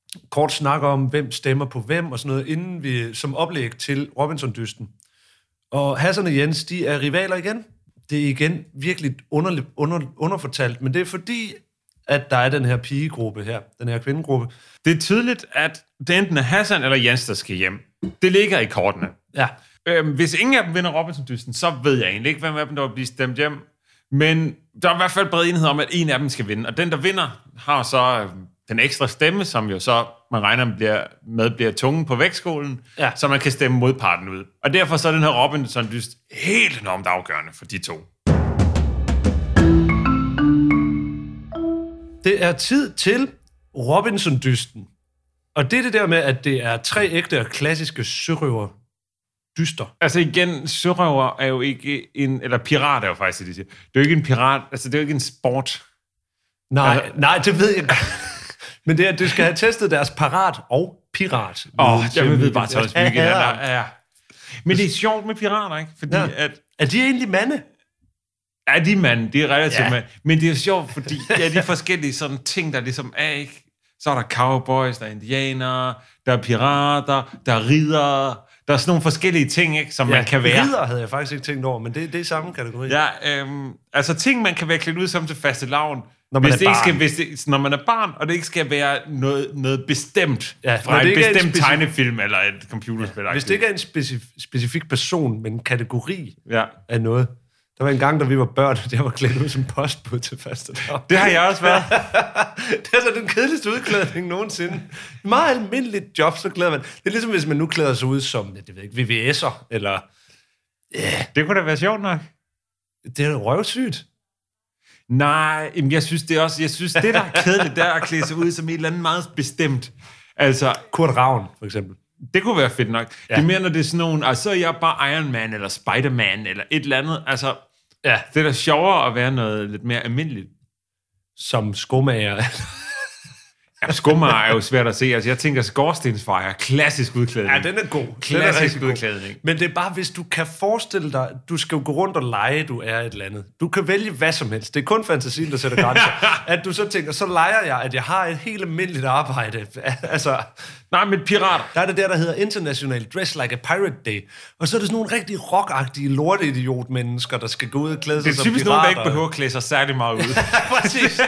kort snak om, hvem stemmer på hvem og sådan noget, inden vi som oplæg til Robinson-dysten. Og Hassan og Jens, de er rivaler igen. Det er igen virkelig under, under, underfortalt, men det er fordi, at der er den her pigegruppe her, den her kvindegruppe. Det er tydeligt, at det enten er Hassan eller Jens, der skal hjem. Det ligger i kortene. Ja. Øhm, hvis ingen af dem vinder Robinson-dysten, så ved jeg egentlig ikke, hvem af dem, der vil blive stemt hjem. Men der er i hvert fald bred enighed om, at en af dem skal vinde. Og den, der vinder, har så øh, den ekstra stemme, som jo så, man regner med, bliver, med bliver tungen på vægtskålen, ja. Så man kan stemme modparten ud. Og derfor så er den her Robinson-dyst helt enormt afgørende for de to. Det er tid til Robinson-dysten. Og det er det der med, at det er tre ægte og klassiske sørøver dyster. Altså igen, sørøver er jo ikke en... Eller pirat er jo faktisk det, de siger. Det er jo ikke en pirat... Altså, det er jo ikke en sport. Nej, altså, nej, det ved jeg godt. Men det er, at du skal have testet deres parat og pirat. Åh, oh, jeg ved bare Thomas Myggen. Ja, ja. Men det er sjovt med pirater, ikke? Fordi ja. at... Er de egentlig mande? Ja, de er mande. De er relativt ja. mande. Men det er sjovt, fordi det er de forskellige sådan ting, der ligesom er, ikke? Så er der cowboys, der er indianere, der er pirater, der er riddere. Der er sådan nogle forskellige ting, ikke, som ja, man kan være. Ridder havde jeg faktisk ikke tænkt over, men det, det er samme kategori. Ja, øhm, altså ting, man kan være klædt ud som til fastelavn, når man, hvis det ikke skal, hvis det, når man er barn, og det ikke skal være noget, noget bestemt ja, fra en bestemt en specif- tegnefilm eller et computerspil. Ja, hvis det ikke er en specif- specifik person, men en kategori ja. af noget. Der var en gang, da vi var børn, og jeg var klædt ud som postbud til fastelavn. Det har jeg også været. Det er så den kedeligste udklædning nogensinde. Meget almindeligt job, så klæder man. Det er ligesom, hvis man nu klæder sig ud som, det ved ikke, V V S'er, eller... Yeah. Det kunne da være sjovt nok. Det er røvsygt. Nej, jeg synes det er også, jeg synes, det der er kedeligt, der er at klæde sig ud som et eller andet meget bestemt. Altså... Kurt Ravn, for eksempel. Det kunne være fedt nok. Ja. Det mener, det er sådan nogen, altså så er jeg bare Iron Man, eller Spider-Man, eller et eller andet. Altså, ja. Det er da sjovere at være noget lidt mere almindeligt. Som skomager. Ja, skomager er jo svært at se. Altså, jeg tænker skorstensfejer, klassisk udklædning. Ja, den er god. Klassisk den er udklædning. Men det er bare, hvis du kan forestille dig, du skal jo gå rundt og lege, du er et eller andet. Du kan vælge hvad som helst. Det er kun fantasien, der sætter grænser. At du så tænker, så leger jeg, at jeg har et helt almindeligt arbejde. Altså... Nej, men pirater. Der er det der, der hedder International Dress Like a Pirate Day. Og så er det sådan nogle rigtig rockagtige lorteidiot-mennesker, der skal gå ud og klæde sig som pirater. Det er typisk nogen, der ikke behøver at klæde sig særlig meget ud. Præcis.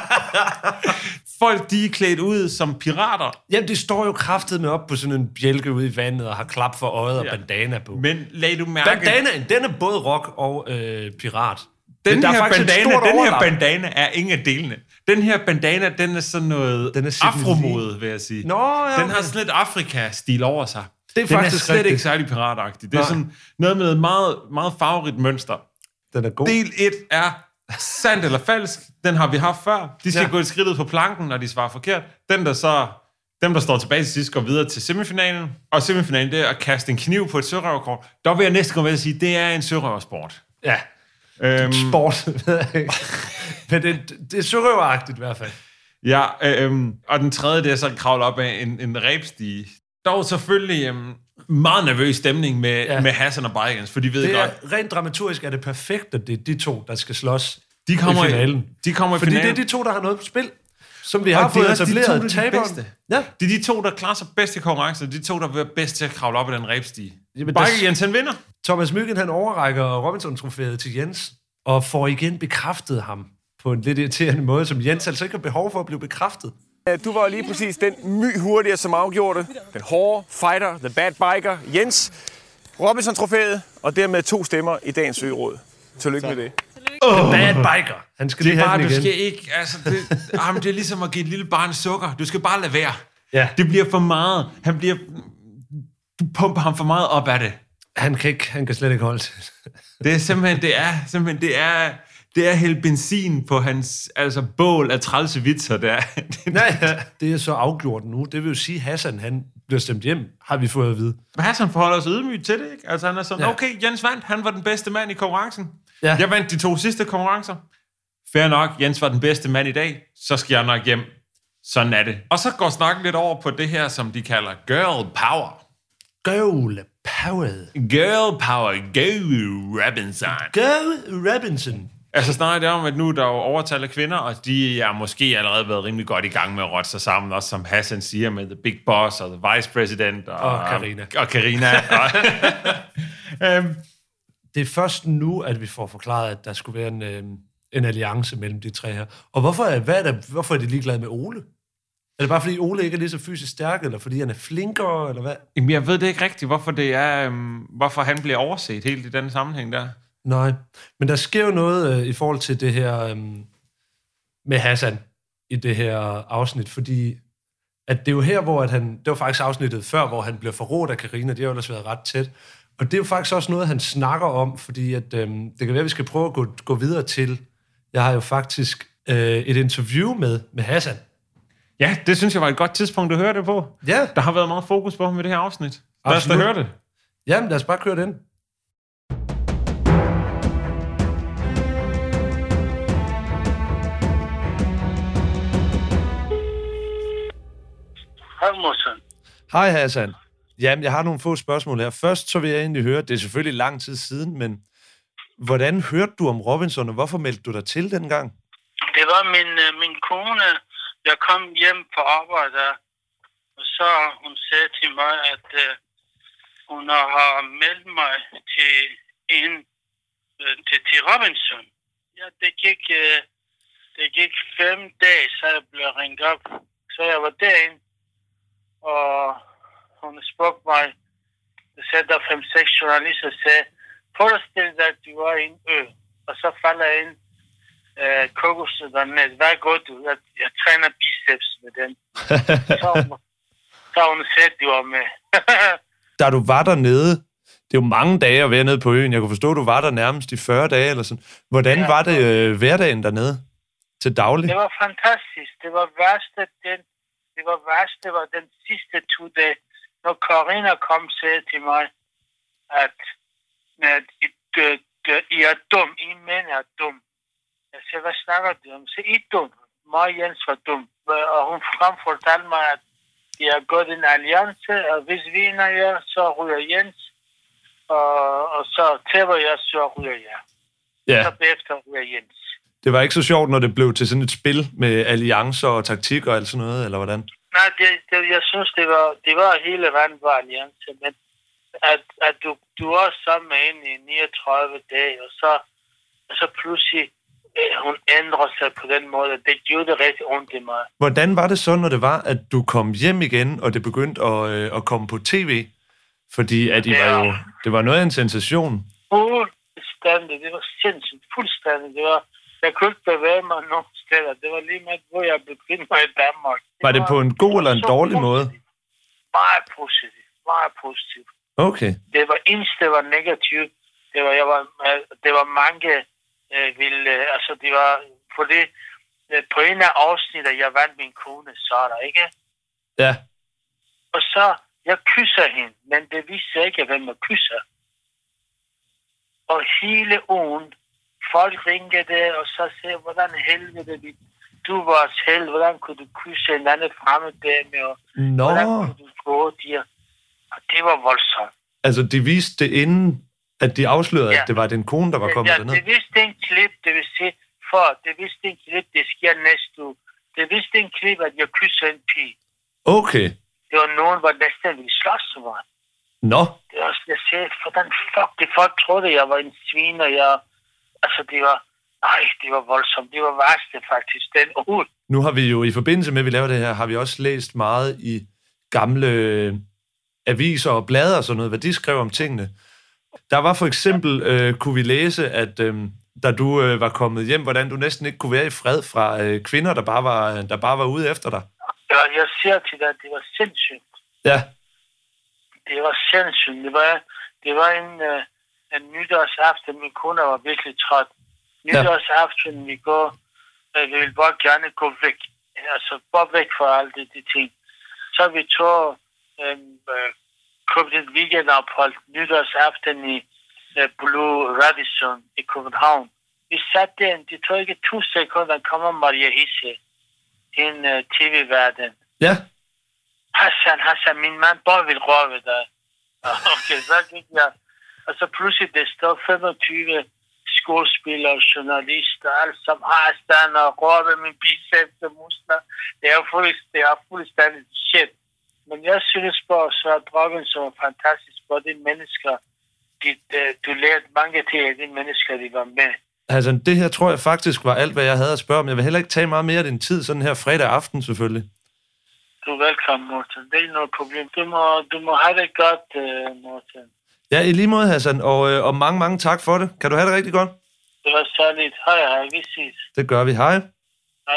Folk, de er klædt ud som pirater. Jamen, de står jo kraftet med op på sådan en bjælke ude i vandet og har klap for øjet og ja. bandana på. Men lad du mærke... Bandanaen, den er både rock og øh, pirat. Den, her bandana, den her bandana er ingen af delene. Den her bandana, den er sådan noget den er afromode, vil jeg sige. Nå, ja, okay. Den har sådan lidt Afrika-stil over sig. Det er den faktisk er slet rigtigt. ikke særlig piratagtig. Det er sådan noget med et meget, meget farverigt mønster. Den er god. Del et er sandt eller falsk. Den har vi haft før. De skal ja. gå i skridtet på planken, når de svarer forkert. Den, der så, dem, der står tilbage til sidst, går videre til semifinalen. Og semifinalen, det er at kaste en kniv på et sørøverkort. Der vil jeg næsten gå med at sige, det er en sørøversport. Ja. Øhm, Sport, ved jeg ikke. Men det, det er sørøveragtigt i hvert fald. Ja, øhm, og den tredje, det er så kravle op af en, en rebstige. Dog selvfølgelig øhm, meget nervøs stemning med, ja. med Hassan og Bikens, for de ved det godt... Er, rent dramaturgisk er det perfekt, at det er de to, der skal slås de kommer i finalen. I, de kommer i fordi finalen. det er de to, der har noget på spil, som vi har fået etableret. De ja. Det er de to, der klarer sig bedst i konkurrencen, de to, der vil være bedst til at kravle op af den rebstige. Bike Jens, han vinder. Thomas Myggen, han overrækker Robinson-trofæet til Jens, og får igen bekræftet ham på en lidt irriterende måde, som Jens altså ikke har behov for at blive bekræftet. Du var lige præcis den my hurtigere, som afgjorde den hårde fighter, the bad biker, Jens. Robinson-trofæet, og dermed to stemmer i dagens ø-råd. Tillykke med det. Oh, the bad biker. Han skal det er lige bare, have du igen. skal ikke, altså, det, jamen, det er ligesom at give et lille barn sukker. Du skal bare lade være. Ja. Det bliver for meget. Han bliver, du pumper ham for meget op af det. Han kan ikke, han kan slet ikke holde til. Det er simpelthen, det er, simpelthen, det er, det er helt benzin på hans, altså, bål af trælse vitser, der. Nej, ja, det er så afgjort nu. Det vil jo sige, Hassan, han bliver stemt hjem, har vi fået at vide. Hassan forholder sig ydmygt til det, ikke? Altså, han er sådan, ja. okay, Jens vandt, han var den bedste mand i konkurrencen. Ja. Jeg vandt de to sidste konkurrencer. Fair nok, Jens var den bedste mand i dag, så skal jeg nok hjem. Sådan er det. Og så går snakken lidt over på det her, som de kalder girl power. Girl power. Girl power. Go Robinson. Go Robinson. Altså snakker det om, at nu der er jo overtal af kvinder, og de er måske allerede været rimelig godt i gang med at rotte sig sammen, også som Hassan siger, med The Big Boss og The Vice President. Og, og Karina. Og Karina. um, det er først nu, at vi får forklaret, at der skulle være en, øh, en alliance mellem de tre her. Og hvorfor er, hvad er, der, hvorfor er de ligeglade med Ole? Er det bare, fordi Ole ikke er lige så fysisk stærk, eller fordi han er flinkere, eller hvad? Jamen, jeg ved det ikke rigtigt, hvorfor det er, øhm, hvorfor han bliver overset helt i den sammenhæng der. Nej, men der sker jo noget øh, i forhold til det her øh, med Hassan i det her afsnit, fordi at det er jo her, hvor at han, det var faktisk afsnittet før, hvor han bliver forrådt af Karina, det har jo ellers været ret tæt. Og det er jo faktisk også noget, han snakker om, fordi at, øh, det kan være, at vi skal prøve at gå, gå videre til. Jeg har jo faktisk øh, et interview med, med Hassan. Ja, det synes jeg var et godt tidspunkt at høre det på. Ja. Der har været meget fokus på ham i det her afsnit. Lad os da høre det. Jamen, lad os bare køre den. Hej, Morsen. Hej, Hassan. Jamen, jeg har nogle få spørgsmål her. Først så vil jeg egentlig høre, det er selvfølgelig lang tid siden, men hvordan hørte du om Robinson, og hvorfor meldte du dig til dengang? Det var min, min kone. Jeg kom hjem på arbejde, og så hun sagde til mig, at uh, hun har meldt mig til en uh, til, til Robinson. Ja, det gik, uh, det gik fem dage, så jeg blev ringet op. Så jeg var derinde, og hun spurgte mig, der sagde der fem-seks journalister, og sagde, forestil dig, at du var i en ø, og så falder jeg ind Uh, kokosnød dernede. Hvad går du? Jeg, jeg træner biceps med den. Så, så hun sagde, at du var med. Da du var dernede, det er jo mange dage at være nede på øen. Jeg kunne forstå, at du var der nærmest i fyrre dage eller sådan. Hvordan ja, var det øh, hverdagen dernede til daglig? Det var fantastisk. Det var værste den, det var værste, det var den sidste to dage, når Karina kom og sagde til mig, at, at I, I er dum. I mænd er dum. Jeg siger, hvad snakker du om? Så I er dum. Mig og Jens var dum. Og hun fremfortalte mig, at de har gået en alliance, og hvis vi vinder jer, så ryger Jens. Og, og så tæver jeg, så ryger jeg. Ja. Så bagefter ryger Jens. Det var ikke så sjovt, når det blev til sådan et spil med alliancer og taktik og alt sådan noget, eller hvordan? Nej, det, det, jeg synes, det var, det var hele vejen var alliance, men at, at du, du var sammen med en i niogtredive dage, og så, og så pludselig hun ændrede sig på den måde, det gjorde det rigtig ondt i mig. Hvordan var det så, når det var, at du kom hjem igen, og det begyndte at, øh, at komme på tv? Fordi at I ja. var jo, det var noget af en sensation. Fuldstændig, det var sindssygt, fuldstændig. Det var, jeg kunne ikke bevæge mig nogen steder. Det var lige med, hvor jeg begyndte mig i Danmark. Det var det på en god eller en dårlig positiv. måde? Meget positivt, meget positivt. Okay. Det var eneste, det var negativt. Det var, jeg var, det var mange... Vil, altså det var på det på en af afsnittet, jeg vandt min kone, så der, ikke? Ja. Og så, jeg kysser hende, men det viser ikke, hvem jeg kysser. Og hele ugen, folk ringede det, og så sagde, hvordan helvede vi, du var selv, hvordan kunne du kysse en anden fremmed dame, og Nå. hvordan kunne du gå der? Og det var voldsomt. Altså, de viste det inden, at de afslørede, ja. At det var den kone, der var kommet ja, derned? Ja, det viste en klip, det vil sige, for det viste en klip, det sker næste uge. Det viste en klip, at jeg kysser en pige. Okay. Det var nogen, der næsten ville slås med mig. Nå. Det var også, jeg sagde, hvordan fuck, det folk troede, jeg var en svin, og jeg, altså det var, nej, det var voldsomt, det var værste faktisk, den uge. Nu har vi jo, i forbindelse med, at vi laver det her, har vi også læst meget i gamle aviser og blader og sådan noget, hvad de skrev om tingene. Der var for eksempel, øh, kunne vi læse, at øh, da du øh, var kommet hjem, hvordan du næsten ikke kunne være i fred fra øh, kvinder, der bare, var, der bare var ude efter dig. Ja, jeg siger til dig, det var sindssygt. Ja. Det var sindssygt. Det var, det var en, øh, en nytårsaften, min kone var virkelig træt. Nytårsaften, ja. vi går, øh, vi vil bare gerne gå væk. Altså, bare væk fra alle de, de ting. Så vi tog... Øh, øh, købte et weekendophold nytårsaften i uh, Blue Radisson i København. Vi satte den, det tog ikke to sekunder, kommer Maria Hisse, en uh, tv-verden. Ja. Hassan, Hassan, min mand bare vil røre dig. Okay, så gik jeg. Og så pludselig det stod femogtyve skuespillere, journalister, alt som har stand og råbe min biceps og muskler. Det er jo fuldstændig, det er fuldstændig shit. Men jeg synes bare, så at Robinson var fantastisk, hvor de mennesker, de, du lærte mange til af de mennesker, de var med. Altså, det her tror jeg faktisk var alt, hvad jeg havde at spørge om. Jeg vil heller ikke tage meget mere af din tid, sådan her fredag aften selvfølgelig. Du er velkommen, Morten. Det er ikke noget problem. Du må, du må have det godt, uh, Morten. Ja, i lige måde, Hassan, og, øh, og mange, mange tak for det. Kan du have det rigtig godt? Det var særligt. Hej, hej. Vi ses. Det gør vi. Hej. Hej.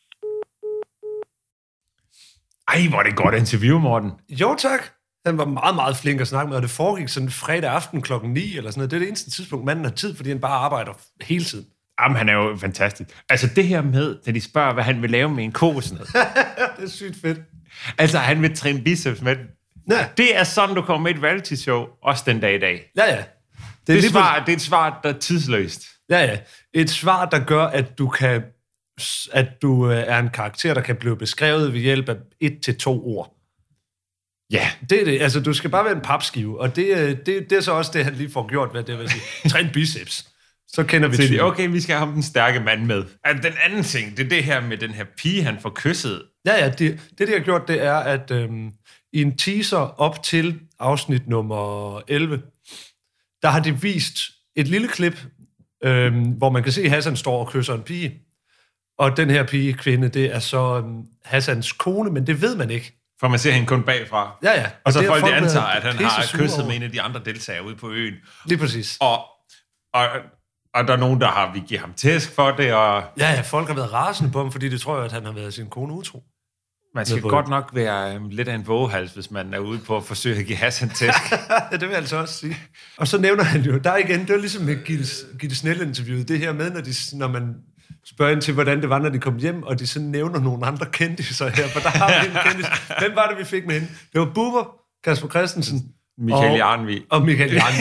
Ej, hvor er det et godt interview, Morten. Jo, tak. Han var meget, meget flink at snakke med, og det foregik sådan fredag aften klokken ni eller sådan noget. Det er det eneste tidspunkt, manden har tid, fordi han bare arbejder hele tiden. Jamen, han er jo fantastisk. Altså, det her med, da de spørger, hvad han vil lave med en ko og sådan noget. Det er sygt fedt. Altså, han vil træne biceps med den. Ja. Det er sådan, du kommer med et reality-show, også den dag i dag. Ja, ja. Det, det, er, svar, det er et svar, der er tidsløst. Ja, ja. Et svar, der gør, at du kan, at du er en karakter, der kan blive beskrevet ved hjælp af et til to ord. Ja, det er det. Altså, du skal bare være en papskive, og det, det, det er så også det, han lige får gjort, hvad det vil sige. Træn biceps. Så kender vi typen. Okay, vi skal have ham den stærke mand med. Altså, den anden ting, det er det her med den her pige, han får kysset. Ja, ja. Det, det, de har gjort, det er, at øhm, i en teaser op til afsnit nummer elleve, der har de vist et lille klip, øhm, hvor man kan se, at Hassan står og kysser en pige. Og den her pige, kvinde, det er så øhm, Hassans kone, men det ved man ikke. For man ser hende kun bagfra. Ja, ja. Og, og så det folk, folk de antager, at han har kysset over. med en af de andre deltagere ude på øen. Lige præcis. Og, og, og der er nogen, der har vi giver ham tæsk for det. Og ja, ja, folk har været rasende på ham, fordi det tror jeg, at han har været sin kone utro. Man skal godt nok være um, lidt af en vågehals, hvis man er ude på at forsøge at give Hassan tæsk. Ja, det vil jeg altså også sige. Og så nævner han jo, der er igen, det var ligesom med Gitte Snell-interviewet, det her med, når, de, når man spørger ind til, hvordan det var, når de kom hjem, og de så nævner nogle andre kendisser her, for der har vi en kendis. Hvem var det, vi fik med hende? Det var Bubber, Kasper Christensen, Michael og, Jarnvig. Og Michael Jarnvig.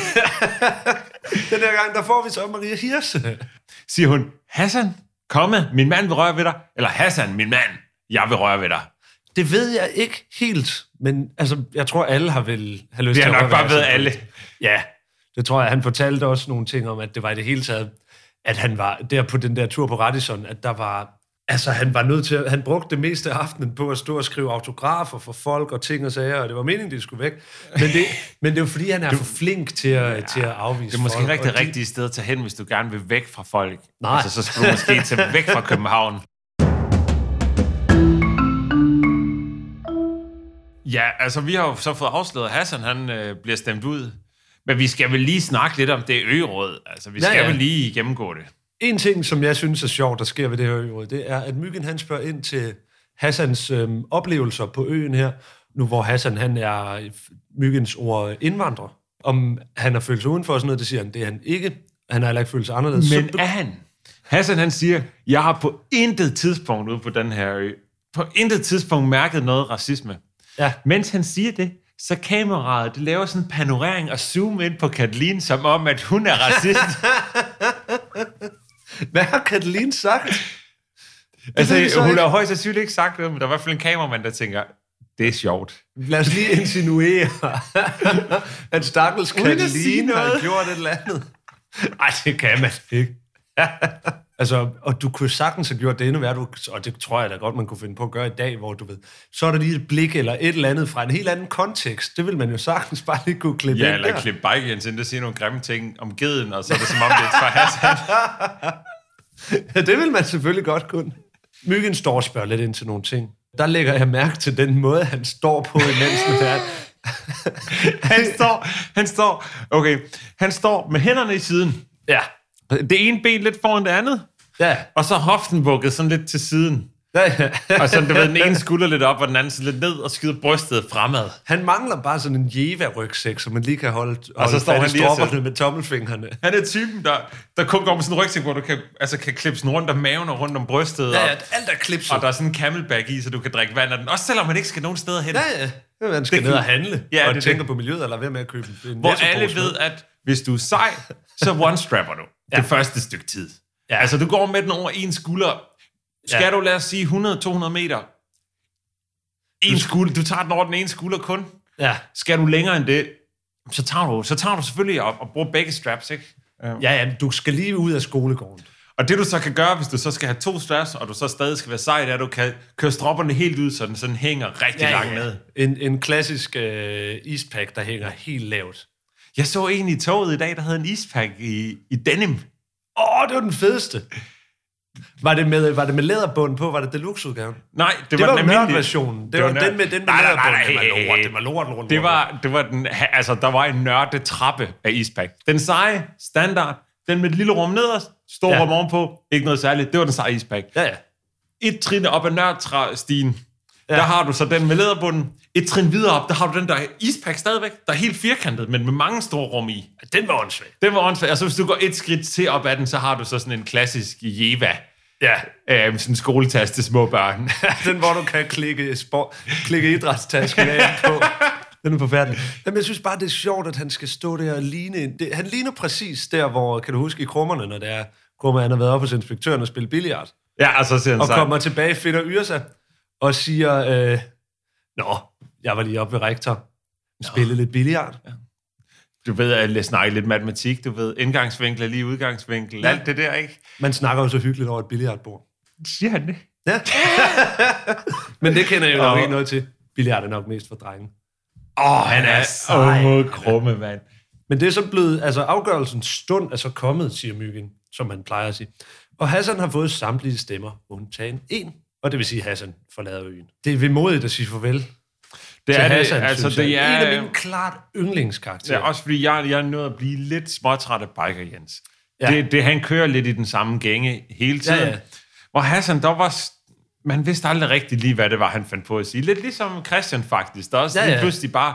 Den her gang, der får vi så Maria Hirse. Siger hun, Hassan, komme, min mand vil røre ved dig. Eller Hassan, min mand, jeg vil røre ved dig. Det ved jeg ikke helt, men altså, jeg tror, alle har vel have lyst til at røre ved. Det har nok bare ved alle. Ja, det tror jeg. Han fortalte også nogle ting om, at det var i det hele taget, at han var der på den der tur på Radisson, at der var, altså han var nødt til at, han brugte det meste af aftenen på at stå og skrive autografer for folk og ting og sager, og det var meningen, de skulle væk. Men det, men det er jo fordi, han er du, for flink til at, ja, til at afvise det er måske folk, ikke rigtig de, rigtige sted at tage hen, hvis du gerne vil væk fra folk. Nej. Altså, så skal du måske tage væk fra København. Ja, altså vi har jo så fået afsløret, at Hassan han øh, bliver stemt ud. Men vi skal vel lige snakke lidt om det ø-råd. Altså, vi skal ja, ja. vel lige gennemgå det. En ting, som jeg synes er sjovt, der sker ved det her ø-råd, det er, at Myggen han spørger ind til Hassans øhm, oplevelser på øen her, nu hvor Hassan han er Myggens ord indvandrer. Om han har følt sig udenfor og sådan noget, det siger han, det er han ikke. Han har heller ikke følt sig anderledes. Men er han? Hassan han siger, jeg har på intet tidspunkt ude på den her ø, på intet tidspunkt mærket noget racisme. Ja. Mens han siger det, så kameraet, det laver sådan en panorering og zoom ind på Katalin, som om, at hun er racist. Hvad har Katalin sagt? Altså, hun har højst sandsynligt ikke sagt noget, men der er i hvert fald en kameramand, der tænker, det er sjovt. Lad os lige insinuere, at stakkels Katalin har gjort et eller andet. Ej, det kan man ikke. Altså, og du kunne sagtens have gjort det endnu værre, og det tror jeg da godt, man kunne finde på at gøre i dag, hvor du ved, så er der lige et blik eller et eller andet fra en helt anden kontekst. Det vil man jo sagtens bare lige kunne klippe ja, ind eller der. klippe Bike Jens ind og sige nogle grimme ting om geden, og så er det som om, det er fra Hassan. Ja, det vil man selvfølgelig godt kunne. Myggen står og spørger lidt ind til nogle ting. Der lægger jeg mærke til den måde, han står på imens med det. han står, han står, okay, han står med hænderne i siden. Ja. Det ene ben lidt foran det andet. Ja. Og så hoften vugget sådan lidt til siden. Ja, ja. Og sådan, du ved, den ene skulder lidt op, og den anden sådan lidt ned, og skyder brystet fremad. Han mangler bare sådan en Jeva-rygsæk, som man lige kan holde, holde og så står han lige med tommelfingrene. Han er typen, der, der kun går med sådan en rygsæk, hvor du kan, altså, kan klippe sådan rundt om maven og rundt om brystet. Ja, ja, og, alt er klipset. Og der er sådan en camelback i, så du kan drikke vand af den. Også selvom man ikke skal nogen steder hen. Ja, ja. Man skal det ned og handle, ja, og det, tænker det. på miljøet, eller hvad med at købe en hvor alle ved, at hvis du er sej, så one-strapper du ja. det første stykke tid. Ja. Altså, du går med den over en skulder. Skal ja. du lade os sige hundrede til to hundrede meter? En skulder. Du tager den over den ene skulder kun. Ja. Skal du længere end det, så tager du, så tager du selvfølgelig op og bruger begge straps, ikke? Ja, ja, du skal lige ud af skolegården. Og det du så kan gøre, hvis du så skal have to størst, og du så stadig skal være sej, det er, at du kan køre stropperne helt ud, så den sådan hænger rigtig ja, langt ned. En, en klassisk øh, ispack, der hænger helt lavt. Jeg så en i toget i dag, der havde en ispack i, i denim. Åh, oh, det var den fedeste. Var det med, var det med læderbund på? Var det deluxe-udgaven? Nej, det, det var, var den almindelige versionen. Det, det var, var den med den med nej, læderbund. Nej, nej, det var lort, det var lort, lort, lort. Det var, det var den, altså, der var en nørde trappe af ispack. Den seje, standard, den med et lille rum nederst, stor ja. rum ovenpå, ikke noget særligt. Det var den seje ispack. Ja, ja. Et trin op ad nørdstigen, ja. Der har du så den med læderbunden. Et trin videre op, der har du den der ispack stadigvæk, der er helt firkantet, men med mange store rum i. Den var åndssvag. Den var åndssvag. Altså, hvis du går et skridt til op ad den, så har du så sådan en klassisk Jeva. Ja. Øh, sådan en skoletaske til små børn. Den, hvor du kan klikke, sport, klikke idrætstasken af på. Den er forfærdelig. Jamen, jeg synes bare, det er sjovt, at han skal stå der og ligne. Det, han ligner præcis der, hvor, kan du huske, i Krummerne, når det er, Krummer, han har været oppe hos inspektøren og spille billiard. Ja, og så siger han Og så. kommer tilbage, finder Yrsa, og siger, øh, nå, jeg var lige oppe ved rektor, spillede lidt billiard. Ja. Du ved, at jeg snakker lidt matematik, du ved, indgangsvinkel er lige udgangsvinkel, ja. Alt det der, ikke? Man snakker jo så hyggeligt over et billiardbord. Siger han det? Ja. Men det kender jeg jo nok ikke noget til. Billiard er nok mest for drenge. Åh, oh, han er sej. Åh, krumme, mand. Men det er så blevet, altså afgørelsens stund er så kommet, siger Myggen, som man plejer at sige. Og Hassan har fået samtlige stemmer, undtagen en. Og det vil sige, at Hassan forlader øen. Det er vemodigt at sige farvel. Det er Hassan, det, altså det er... En af mine klart yndlingskarakterer. Ja, også fordi jeg, jeg er nødt at blive lidt småtræt af Biker Jens. Ja. Det, det, han kører lidt i den samme gænge hele tiden. Ja, ja. Hvor Hassan, der var... Man vidste aldrig rigtig lige, hvad det var, han fandt på at sige. Lidt ligesom Christian faktisk. Der er også ja, ja. Lige pludselig bare...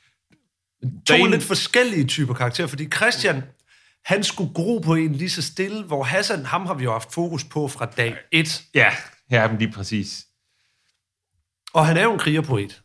To en... lidt forskellige typer karakterer, fordi Christian, han skulle gro på en lige så stille, hvor Hassan, ham har vi jo haft fokus på fra dag et. Ja, ja, men lige præcis. Og han er jo en krigerpoet.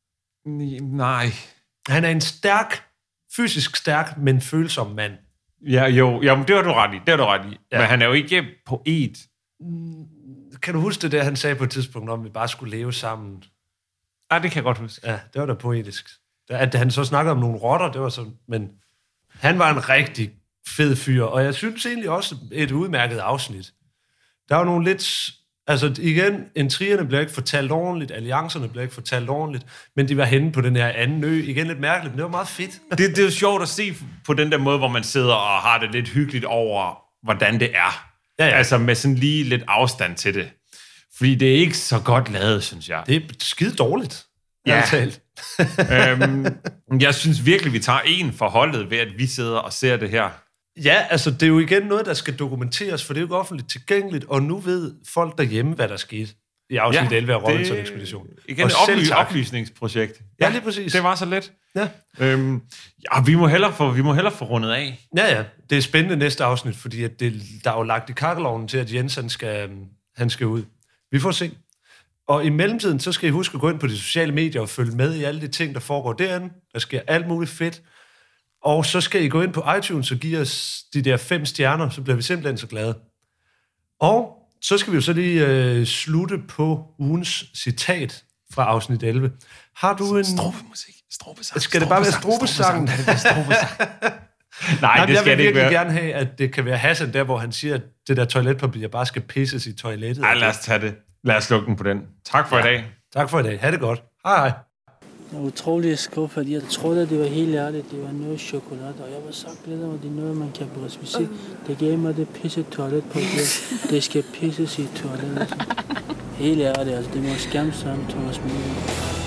Nej. Han er en stærk, fysisk stærk, men følsom mand. Ja, jo, jo men det var du ret i, det var du ret i. Ja. Men han er jo ikke poet. Kan du huske det der, han sagde på et tidspunkt, om vi bare skulle leve sammen? Ja, det kan jeg godt huske. Ja, det var da poetisk. At han så snakkede om nogle rotter, det var så... Men han var en rigtig fed fyr, og jeg synes egentlig også et udmærket afsnit. Der var nogle lidt... Altså igen, intrigerne blev ikke fortalt ordentligt, alliancerne blev ikke fortalt ordentligt, men de var henne på den her anden ø. Igen lidt mærkeligt, men det var meget fedt. Det, det er jo sjovt at se på den der måde, hvor man sidder og har det lidt hyggeligt over, hvordan det er. Ja, ja. Altså med sådan lige lidt afstand til det. Fordi det er ikke så godt lavet, synes jeg. Det er skide dårligt. Ja. øhm, jeg synes virkelig, vi tager en for holdet ved, at vi sidder og ser det her. Ja, altså det er jo igen noget, der skal dokumenteres, for det er jo ikke offentligt tilgængeligt, og nu ved folk derhjemme, hvad der skete i afsnit ja, elleve af Robinson-ekspeditionen. Igen et oply- oplysningsprojekt. Ja, lige præcis. Det var så let. Ja. Øhm, ja, vi må hellere få, vi må hellere få rundet af. Ja, ja. Det er spændende næste afsnit, fordi at det, der er jo lagt i kakkelovnen til, at Jens han skal, han skal ud. Vi får se. Og i mellemtiden, så skal I huske at gå ind på de sociale medier og følge med i alle de ting, der foregår derinde. Der sker alt muligt fedt. Og så skal I gå ind på iTunes og give os de der fem stjerner, så bliver vi simpelthen så glade. Og så skal vi jo så lige øh, slutte på ugens citat fra afsnit elleve. Har du en... Strobemusik. Strobesang. Skal det bare være strobesangen? Nej, det skal det ikke være. Jeg vil virkelig gerne have, at det kan være Hassan der, hvor han siger, at det der toiletpapir bare skal pisses i toilettet. Ej, lad os tage det. Lad os lukke den på den. Tak for ja. i dag. Tak for i dag. Ha' det godt. Hej hej. Jeg var utrolig skuffet. Jeg troede, at det var helt ærligt. Det var noget chokolade, og jeg var så glad over, det er noget, man kan brødsvise. Det gav mig det pisse toilet på det. Det skal pisses i toilettet. Helt ærligt, altså. Det må skæmme sammen, Thomas Møller.